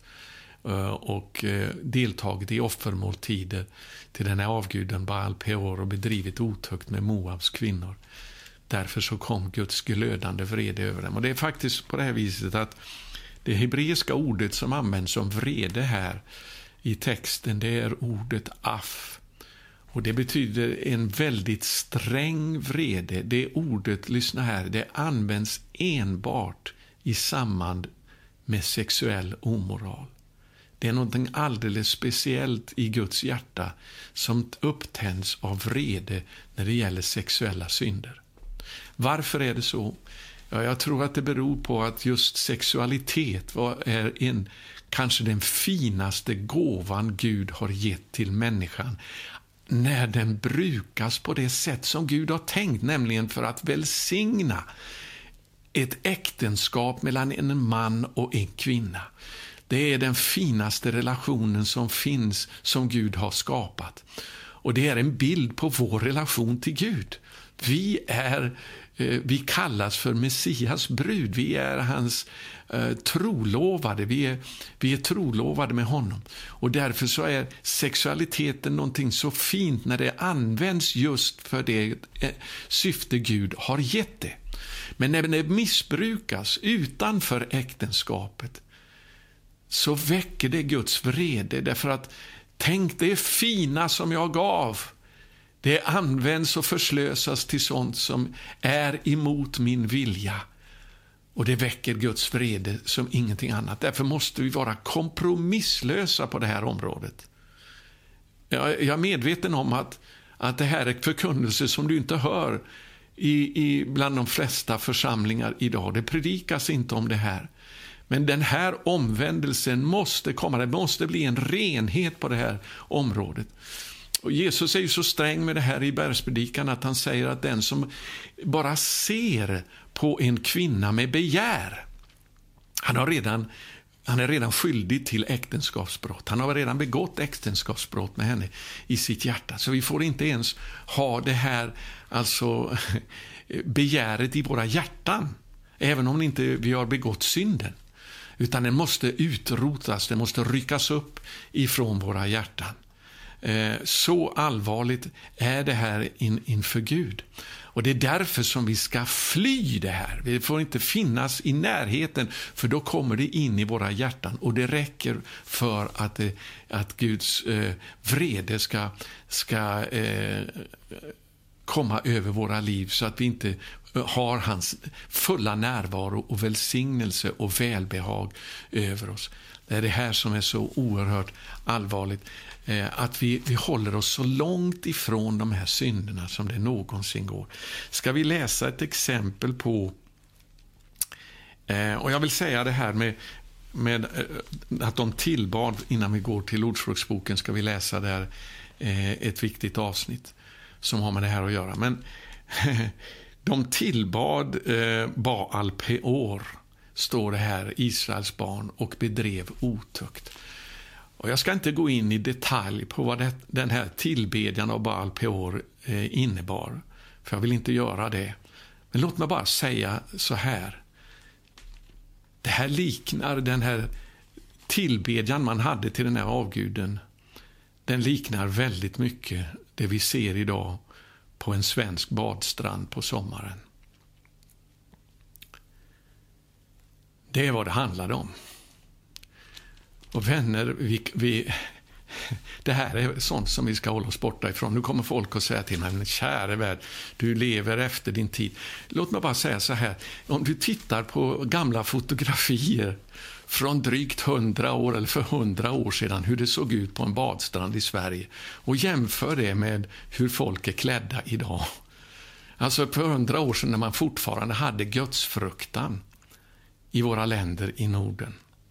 A: och deltagit i offermåltider till den här avguden Baal Peor och bedrivit otukt med Moabs kvinnor. Därför så kom Guds glödande vrede över dem. Och det är faktiskt på det här viset att det hebreiska ordet som används som vrede här i texten, det är ordet af. Och det betyder en väldigt sträng vrede. Det ordet, lyssna här, det används enbart i samband med sexuell omoral. Det är något alldeles speciellt i Guds hjärta som upptänds av vrede när det gäller sexuella synder. Varför är det så? Ja, jag tror att det beror på att just sexualitet är en, kanske den finaste gåvan Gud har gett till människan, när den brukas på det sätt som Gud har tänkt, nämligen för att välsigna ett äktenskap mellan en man och en kvinna. Det är den finaste relationen som finns, som Gud har skapat. Och det är en bild på vår relation till Gud. Vi är, vi kallas för Messias brud. Vi är hans eh, trolovade. Vi är, vi är trolovade med honom. Och därför så är sexualiteten någonting så fint när det används just för det eh, syfte Gud har gett det. Men när det missbrukas utanför äktenskapet, så väcker det Guds vrede, därför att tänk, det fina som jag gav, det används och förslösas till sånt som är emot min vilja, och det väcker Guds vrede som ingenting annat. Därför måste vi vara kompromisslösa på det här området. Jag är medveten om att, att det här är förkunnelse som du inte hör i, i bland de flesta församlingar idag. Det predikas inte om det här. Men den här omvändelsen måste komma. Det måste bli en renhet på det här området. Och Jesus är ju så sträng med det här i bergspredikan att han säger att den som bara ser på en kvinna med begär, han har redan, han är redan skyldig till äktenskapsbrott. Han har redan begått äktenskapsbrott med henne i sitt hjärta. Så vi får inte ens ha det här, alltså begäret i våra hjärtan, även om inte vi har begått synden. Utan den måste utrotas, den måste ryckas upp ifrån våra hjärtan. Så allvarligt är det här in, inför Gud. Och det är därför som vi ska fly det här. Vi får inte finnas i närheten, för då kommer det in i våra hjärtan. Och det räcker för att, det, att Guds eh, vrede ska, ska eh, komma över våra liv, så att vi inte har hans fulla närvaro och välsignelse och välbehag över oss. Det är det här som är så oerhört allvarligt. Att vi, vi håller oss så långt ifrån de här synderna som det någonsin går. Ska vi läsa ett exempel på, och jag vill säga det här med, med att de tillbad, innan vi går till Ordspråksboken ska vi läsa där ett viktigt avsnitt som har med det här att göra. Men de tillbad Baal Peor, står det här, Israels barn, och bedrev otukt. Och jag ska inte gå in i detalj på vad det, den här tillbedjan av Baal Peor eh, innebar, för jag vill inte göra det. Men låt mig bara säga så här. Det här liknar den här tillbedjan man hade till den här avguden. Den liknar väldigt mycket det vi ser idag på en svensk badstrand på sommaren. Det är vad det handlade om. Och vänner, vi, vi, det här är sånt som vi ska hålla oss borta ifrån. Nu kommer folk att säga till mig, men käre värld, du lever efter din tid. Låt mig bara säga så här, om du tittar på gamla fotografier från drygt hundra år eller för hundra år sedan, hur det såg ut på en badstrand i Sverige, och jämför det med hur folk är klädda idag. Alltså för hundra år sedan, när man fortfarande hade gudsfruktan i våra länder i Norden.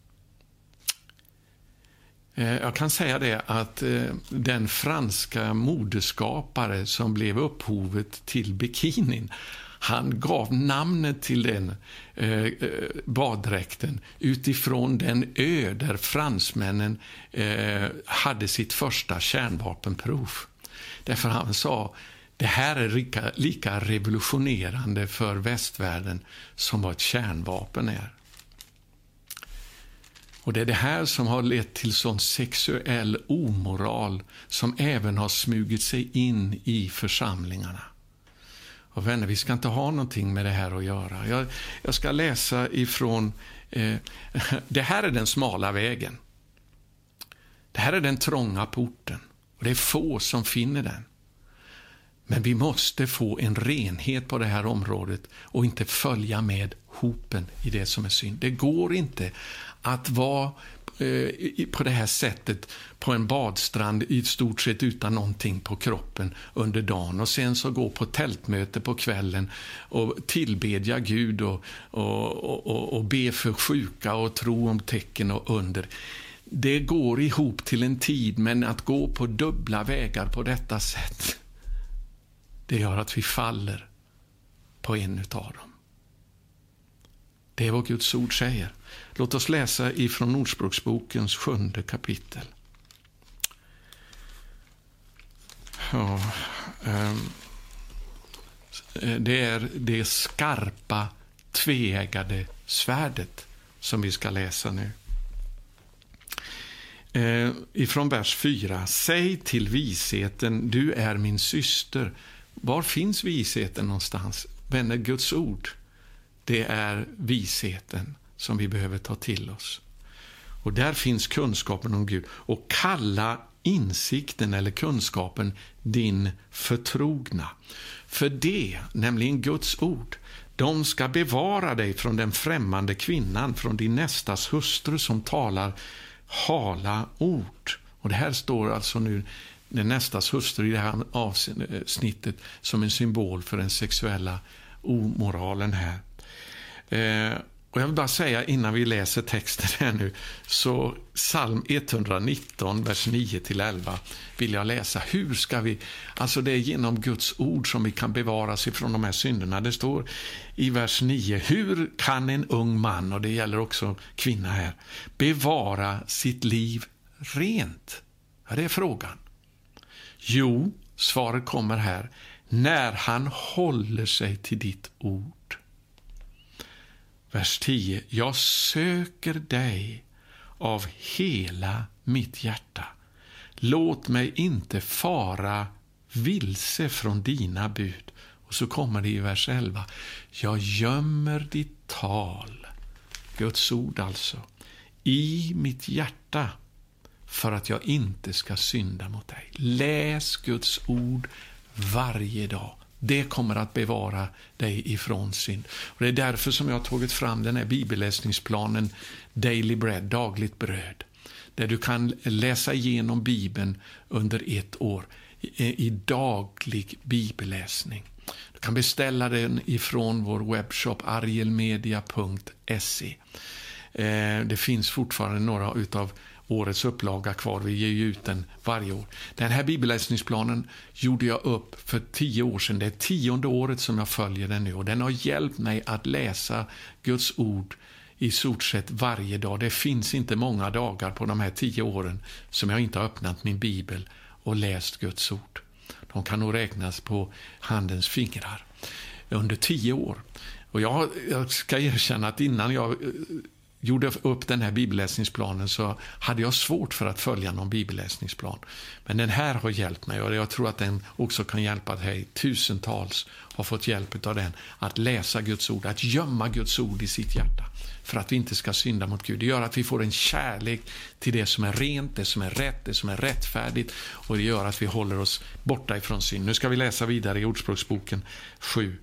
A: Jag kan säga det att den franska modeskapare som blev upphovet till bikinin, han gav namnet till den eh, baddräkten utifrån den ö där fransmännen eh, hade sitt första kärnvapenprov. Därför han sa, det här är lika, lika revolutionerande för västvärlden som vad ett kärnvapen är. Och det är det här som har lett till sån sexuell omoral som även har smugit sig in i församlingarna. Och vänner, vi ska inte ha någonting med det här att göra. Jag, jag ska läsa ifrån, eh, det här är den smala vägen. Det här är den trånga porten. Och det är få som finner den. Men vi måste få en renhet på det här området och inte följa med hopen i det som är synd. Det går inte att vara eh, på det här sättet på en badstrand i stort sett utan någonting på kroppen under dagen, och sen så gå på tältmöte på kvällen och tillbedja Gud och, och, och, och be för sjuka och tro om tecken och under. Det går ihop till en tid, men att gå på dubbla vägar på detta sätt, det gör att vi faller på en utav dem. Det är vad Guds ord säger. Låt oss läsa ifrån Ordspråksbokens sjunde kapitel. Ja, det är det skarpa, tveeggade svärdet som vi ska läsa nu. Ifrån vers fyra. Säg till visheten, du är min syster. Var finns visheten någonstans? Vänner, Guds ord, det är visheten som vi behöver ta till oss. Och där finns kunskapen om Gud. Och kalla insikten eller kunskapen din förtrogna. För det, nämligen Guds ord, de ska bevara dig från den främmande kvinnan, från din nästas hustru som talar hala ord. Och det här står alltså nu den nästas hustru i det här avsnittet som en symbol för den sexuella omoralen här. Eh, och jag vill bara säga innan vi läser texten här nu, så psalm etthundranitton, vers nio till elva vill jag läsa. Hur ska vi, alltså det är genom Guds ord som vi kan bevaras ifrån de här synderna. Det står i vers nio, hur kan en ung man, och det gäller också kvinna här, bevara sitt liv rent? Ja, det är frågan. Jo, svaret kommer här, när han håller sig till ditt ord. Vers tio. Jag söker dig av hela mitt hjärta. Låt mig inte fara vilse från dina bud. Och så kommer det i vers elva. Jag gömmer ditt tal, Guds ord alltså, i mitt hjärta för att jag inte ska synda mot dig. Läs Guds ord varje dag. Det kommer att bevara dig ifrån synd. Och det är därför som jag har tagit fram den här bibelläsningsplanen Daily Bread, dagligt bröd. Där du kan läsa igenom Bibeln under ett år i, i daglig bibelläsning. Du kan beställa den ifrån vår webbshop arielmedia punkt se. Eh, det finns fortfarande några utav årets upplaga kvar. Vi ger ju ut den varje år. Den här bibelläsningsplanen gjorde jag upp för tio år sedan. Det är tionde året som jag följer den nu. Och den har hjälpt mig att läsa Guds ord i stort sett varje dag. Det finns inte många dagar på de här tio åren som jag inte har öppnat min bibel och läst Guds ord. De kan nog räknas på handens fingrar under tio år. Och jag, jag ska erkänna att innan jag gjorde upp den här bibelläsningsplanen så hade jag svårt för att följa någon bibelläsningsplan. Men den här har hjälpt mig och jag tror att den också kan hjälpa dig. Tusentals har fått hjälp av den att läsa Guds ord, att gömma Guds ord i sitt hjärta för att vi inte ska synda mot Gud. Det gör att vi får en kärlek till det som är rent, det som är rätt, det som är rättfärdigt och det gör att vi håller oss borta ifrån synd. Nu ska vi läsa vidare i Ordspråksboken sju.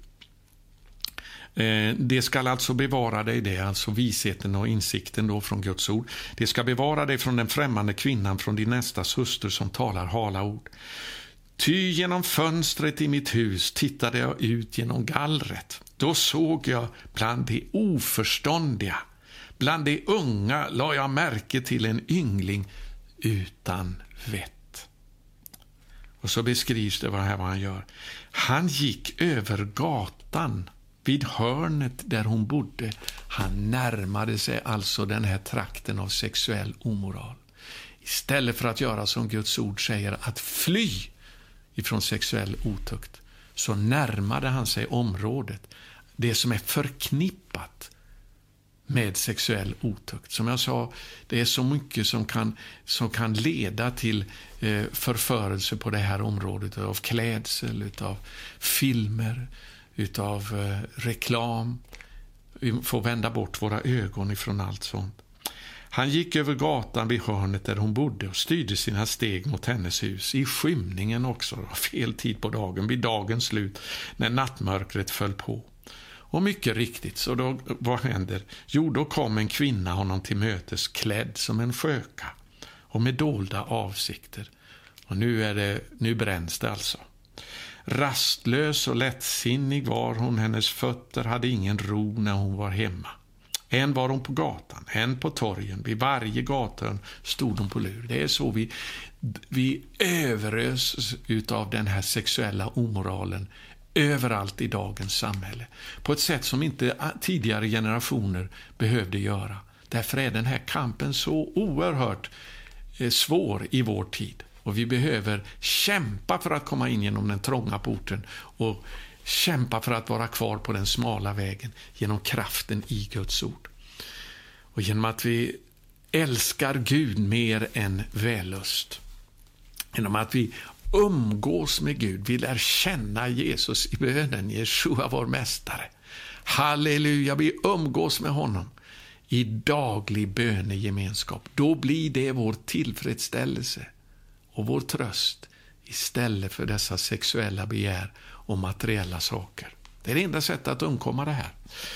A: Det ska alltså bevara dig, det är alltså visheten och insikten då från Guds ord. Det ska bevara dig från den främmande kvinnan, från din nästas hustru som talar hala ord. Ty genom fönstret i mitt hus tittade jag ut genom gallret. Då såg jag bland de oförståndiga, bland de unga la jag märke till en yngling utan vett. Och så beskrivs det vad här vad han gör. Han gick över gatan vid hörnet där hon bodde. Han närmade sig alltså den här trakten av sexuell omoral. Istället för att göra som Guds ord säger, att fly ifrån sexuell otukt, så närmade han sig området. Det som är förknippat med sexuell otukt. Som jag sa, det är så mycket som kan, som kan leda till eh, förförelse på det här området. Av klädsel, av filmer, utav eh, reklam. Vi får vända bort våra ögon ifrån allt sånt. Han gick över gatan vid hörnet där hon bodde och styrde sina steg mot hennes hus. I skymningen också, fel tid på dagen, vid dagens slut, när nattmörkret föll på. Och mycket riktigt, så då, vad händer? Jo, då kom en kvinna honom till mötes, klädd som en sköka och med dolda avsikter. Och nu, är det, nu bränns det alltså. Rastlös och lättsinnig var hon, hennes fötter hade ingen ro när hon var hemma. En var hon på gatan, en på torgen, vid varje gatan stod hon på lur. Det är så vi, vi överös utav den här sexuella omoralen överallt i dagens samhälle. På ett sätt som inte tidigare generationer behövde göra. Därför är den här kampen så oerhört svår i vår tid. Och vi behöver kämpa för att komma in genom den trånga porten och kämpa för att vara kvar på den smala vägen genom kraften i Guds ord. Och genom att vi älskar Gud mer än vällust. Genom att vi umgås med Gud, vi lär känna Jesus i bönen, Jeshua vår mästare. Halleluja, vi umgås med honom i daglig bönegemenskap. Då blir det vår tillfredsställelse och vår tröst istället för dessa sexuella begär och materiella saker. Det är det enda sättet att undkomma det här.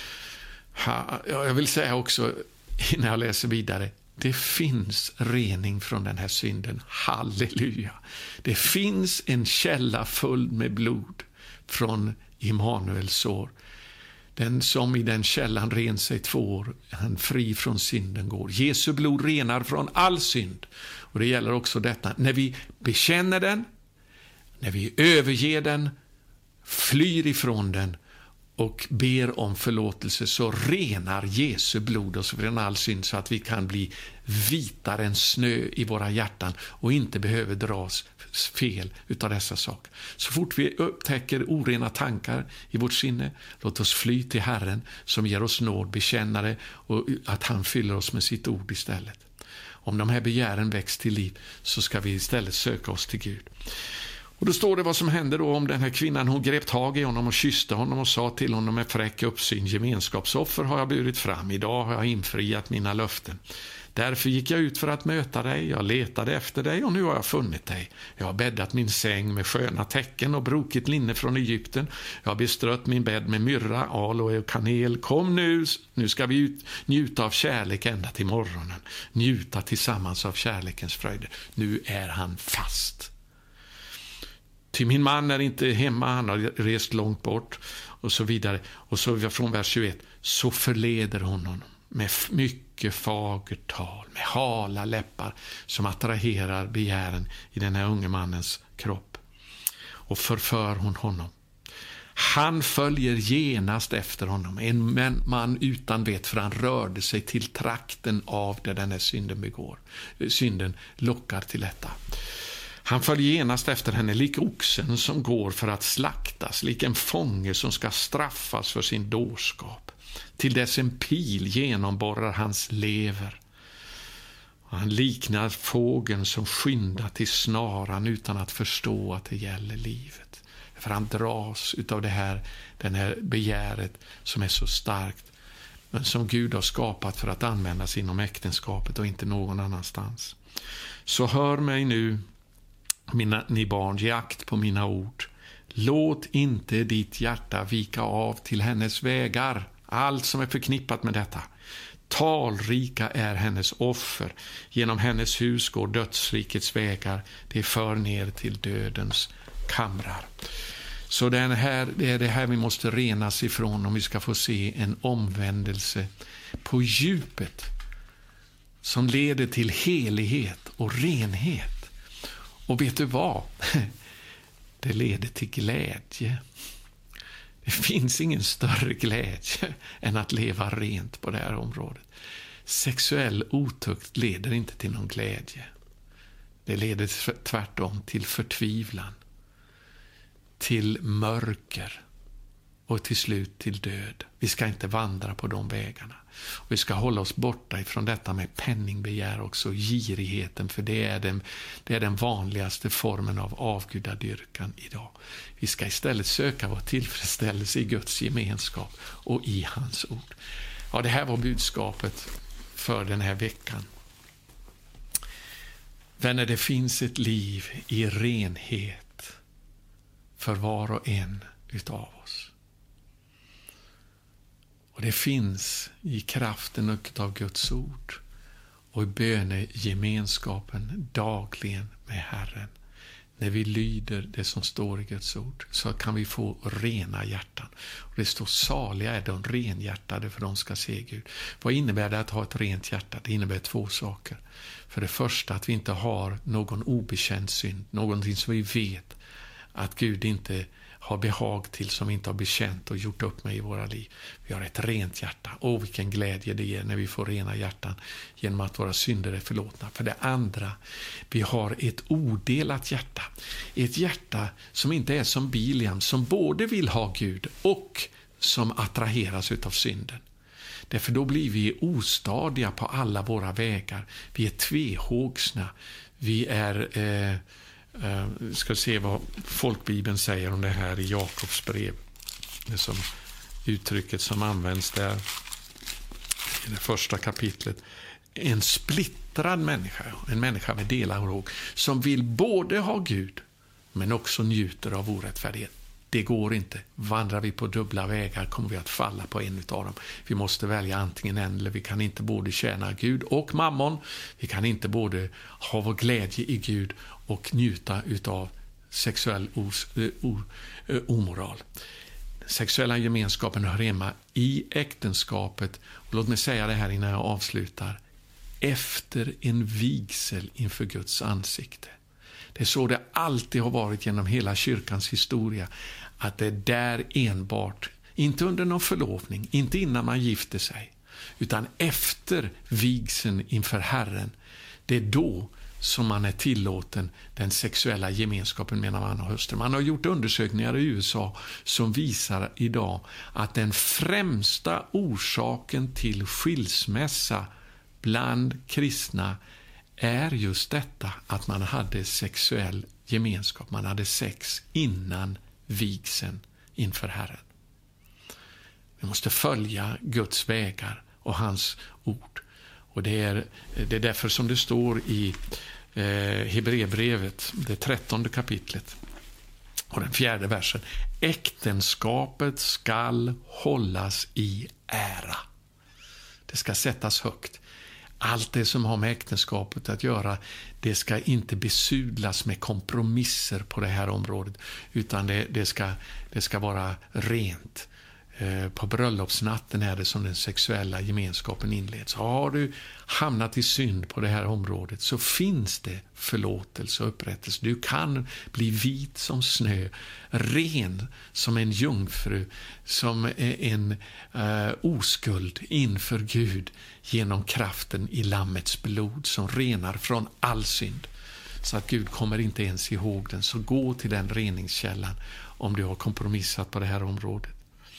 A: Ha, jag vill säga också innan jag läser vidare, det finns rening från den här synden. Halleluja. Det finns en källa full med blod från Immanuels sår. Den som i den källan ren sig två år, han fri från synden går. Jesu blod renar från all synd. Och det gäller också detta. När vi bekänner den, när vi överger den, flyr ifrån den och ber om förlåtelse, så renar Jesu blod oss från all synd så att vi kan bli vitare än snö i våra hjärtan och inte behöver dras fel utav dessa saker. Så fort vi upptäcker orena tankar i vårt sinne, låt oss fly till Herren som ger oss nåd, bekännare, och att han fyller oss med sitt ord istället. Om de här begären väcks till liv, så ska vi istället söka oss till Gud. Och då står det vad som hände då om den här kvinnan. Hon grep tag i honom och kysste honom och sa till honom med fräck uppsyn: gemenskapsoffer har jag burit fram, idag har jag infriat mina löften. Därför gick jag ut för att möta dig, jag letade efter dig och nu har jag funnit dig. Jag har bäddat min säng med sköna täcken och brokigt linne från Egypten. Jag har bestrött min bädd med myrra, aloe och kanel. Kom nu, nu ska vi ut, njuta av kärlek ända till morgonen. Njuta tillsammans av kärlekens fröjder. Nu är han fast. Till min man är inte hemma, han har rest långt bort och så vidare. Och så från vers tjugoett, så förleder hon honom med mycket fagert tal, med hala läppar som attraherar begären i den här unge mannens kropp. Och förför hon honom. Han följer genast efter honom, en man utan vet, för han rörde sig till trakten av där den här synden begår. Synden lockar till detta. Han följer genast efter henne, lik oxen som går för att slaktas, lik en fånge som ska straffas för sin dårskap. Till dess en pil genomborrar hans lever. Han liknar fågeln som skyndar till snaran utan att förstå att det gäller livet. För han dras utav det här, den här begäret som är så starkt, men som Gud har skapat för att användas inom äktenskapet och inte någon annanstans. Så hör mig nu, mina, ni barn, ge akt på mina ord. Låt inte ditt hjärta vika av till hennes vägar. Allt som är förknippat med detta. Talrika är hennes offer. Genom hennes hus går dödsrikets vägar. Det för ner till dödens kamrar. Så den här, det är det här vi måste renas ifrån om vi ska få se en omvändelse på djupet som leder till helighet och renhet. Och vet du vad? Det leder till glädje. Det finns ingen större glädje än att leva rent på det här området. Sexuell otukt leder inte till någon glädje. Det leder tvärtom till förtvivlan, till mörker och till slut till död. Vi ska inte vandra på de vägarna. Och vi ska hålla oss borta ifrån detta med penningbegär också, girigheten, för det är den, det är den vanligaste formen av avgudadyrkan idag. Vi ska istället söka vår tillfredsställelse i Guds gemenskap och i hans ord. Ja, det här var budskapet för den här veckan. Vänner, det finns ett liv i renhet för var och en utav oss. Och det finns i kraften av Guds ord och i bönegemenskapen dagligen med Herren. När vi lyder det som står i Guds ord så kan vi få rena hjärtan. Och det står saliga är de renhjärtade, för de ska se Gud. Vad innebär det att ha ett rent hjärta? Det innebär två saker. För det första att vi inte har någon obekänd synd. Någonting som vi vet att Gud inte har behag till, som vi inte har bekänt och gjort upp med i våra liv. Vi har ett rent hjärta. Åh, vilken glädje det ger när vi får rena hjärtan genom att våra synder är förlåtna. För det andra, vi har ett odelat hjärta. Ett hjärta som inte är som Biliam, som både vill ha Gud och som attraheras utav synden. Därför då blir vi ostadiga på alla våra vägar. Vi är tvehågsna. Vi är... Eh, Vi ska se vad folkbibeln säger om det här i Jakobs brev. Det som uttrycket som används där i det första kapitlet. En splittrad människa, en människa med delar som vill både ha Gud men också njuter av orättfärdighet. Det går inte. Vandrar vi på dubbla vägar kommer vi att falla på en av dem. Vi måste välja antingen en, eller vi kan inte både tjäna Gud och mammon. Vi kan inte både ha vår glädje i Gud och njuta utav sexuell os, o, omoral. Den sexuella gemenskapen hör hemma i äktenskapet. Och låt mig säga det här innan jag avslutar. Efter en vigsel inför Guds ansikte. Det är så det alltid har varit genom hela kyrkans historia. Att det är där enbart, inte under någon förlovning, inte innan man gifter sig, utan efter vigseln inför Herren. Det är då som man är tillåten den sexuella gemenskapen mellan man och hustru. Man har gjort undersökningar i U S A som visar idag att den främsta orsaken till skilsmässa bland kristna är just detta att man hade sexuell gemenskap. Man hade sex innan vigseln inför Herren. Vi måste följa Guds vägar och hans ord. Och det är, det är därför som det står i eh, Hebreerbrevet, det trettonde kapitlet och den fjärde versen: äktenskapet skall hållas i ära. Det ska sättas högt. Allt det som har med äktenskapet att göra, det ska inte besudlas med kompromisser på det här området, utan det, det, ska, det ska vara rent. Eh, på bröllopsnatten är det som den sexuella gemenskapen inleds. Har du hamnat i synd på det här området, så finns det förlåtelse och upprättelse. Du kan bli vit som snö, ren som en jungfru, som en eh, oskuld inför Gud genom kraften i lammets blod som renar från all synd. Så att Gud kommer inte ens ihåg den. Så gå till den reningskällan om du har kompromissat på det här området.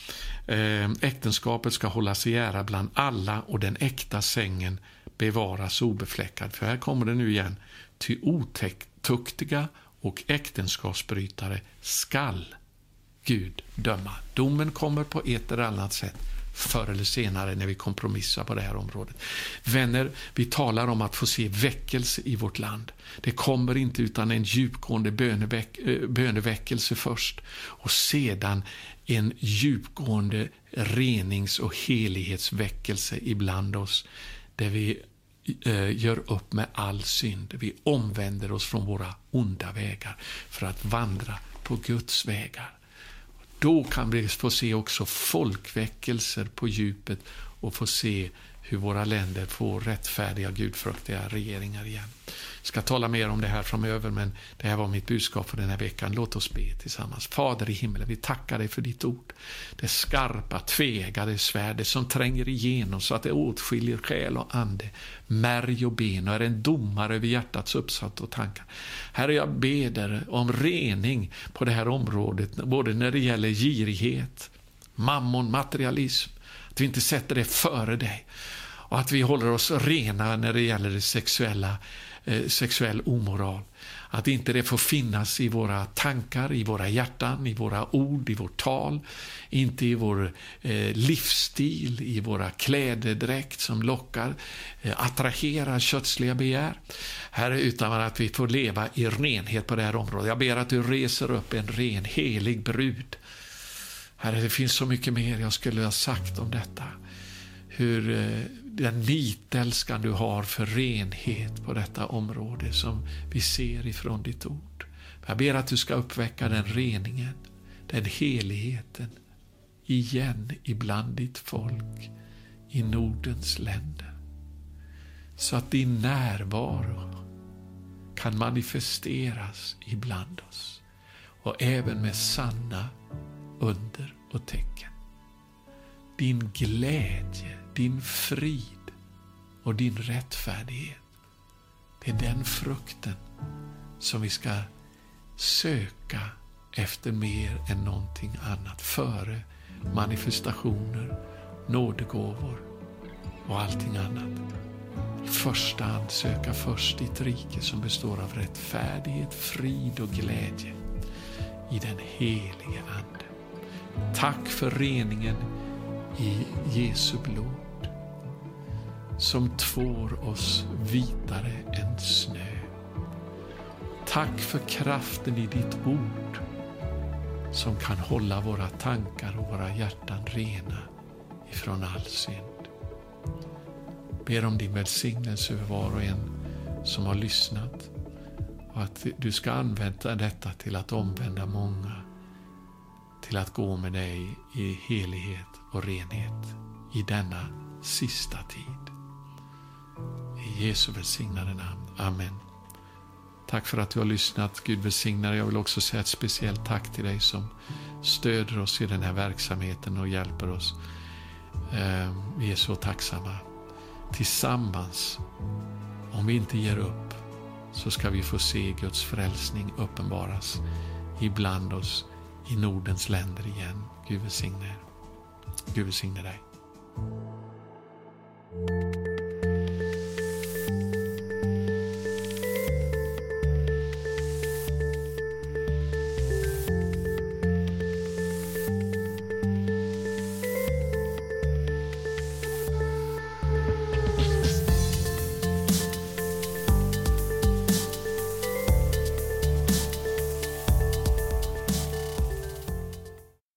A: Äktenskapet ska hållas i ära bland alla och den äkta sängen bevaras obefläckad. För här kommer det nu igen: ty otuktiga och äktenskapsbrytare skall Gud döma. Domen kommer på ett eller annat sätt förr eller senare när vi kompromissar på det här området. Vänner, vi talar om att få se väckelse i vårt land. Det kommer inte utan en djupgående böneväck, böneväckelse först, och sedan en djupgående renings- och helighetsväckelse ibland oss, där vi eh, gör upp med all synd. Vi omvänder oss från våra onda vägar för att vandra på Guds vägar. Då kan vi få se också folkväckelser på djupet och få se hur våra länder får rättfärdiga, gudfruktiga regeringar igen. Jag ska tala mer om det här framöver, men det här var mitt budskap för den här veckan. Låt oss be tillsammans. Fader i himlen, vi tackar dig för ditt ord. Det skarpa, tvegade svärdet som tränger igenom så att det åtskiljer själ och ande, märg och ben, och är en domare över hjärtats uppsatt och tankar. Herre, jag ber om rening på det här området, både när det gäller girighet, mammon, materialism, att vi inte sätter det före dig, och att vi håller oss rena när det gäller det sexuella, eh, sexuell omoral. Att inte det får finnas i våra tankar, i våra hjärtan, i våra ord, i vårt tal, inte i vår eh, livsstil, i våra klädedräkt som lockar, eh, attraherar kötsliga begär. Herre, utan att vi får leva i renhet på det här området. Jag ber att du reser upp en ren, helig brud. Herre, det finns så mycket mer jag skulle ha sagt om detta. Hur eh, den nitälskan du har för renhet på detta område som vi ser ifrån ditt ord. Jag ber att du ska uppväcka den reningen, den heligheten igen ibland ditt folk i Nordens länder. Så att din närvaro kan manifesteras ibland oss, och även med sanna under och tecken. Din glädje, din frid och din rättfärdighet, det är den frukten som vi ska söka efter mer än någonting annat, före manifestationer, nådegåvor och allting annat. I första hand söka först ditt rike som består av rättfärdighet, frid och glädje i den helige ande. Tack för reningen i Jesu blod som tvår oss vitare än snö. Tack för kraften i ditt ord som kan hålla våra tankar och våra hjärtan rena ifrån all synd. Ber om din välsignelse över var och en som har lyssnat, och att du ska använda detta till att omvända många till att gå med dig i helighet och renhet i denna sista tid. I Jesu välsignade namn. Amen. Tack för att du har lyssnat. Gud välsignar. Jag vill också säga ett speciellt tack till dig som stöder oss i den här verksamheten och hjälper oss. Vi är så tacksamma. Tillsammans, om vi inte ger upp, så ska vi få se Guds frälsning uppenbaras ibland oss i Nordens länder igen. Gud välsigne er. Gud välsigne dig.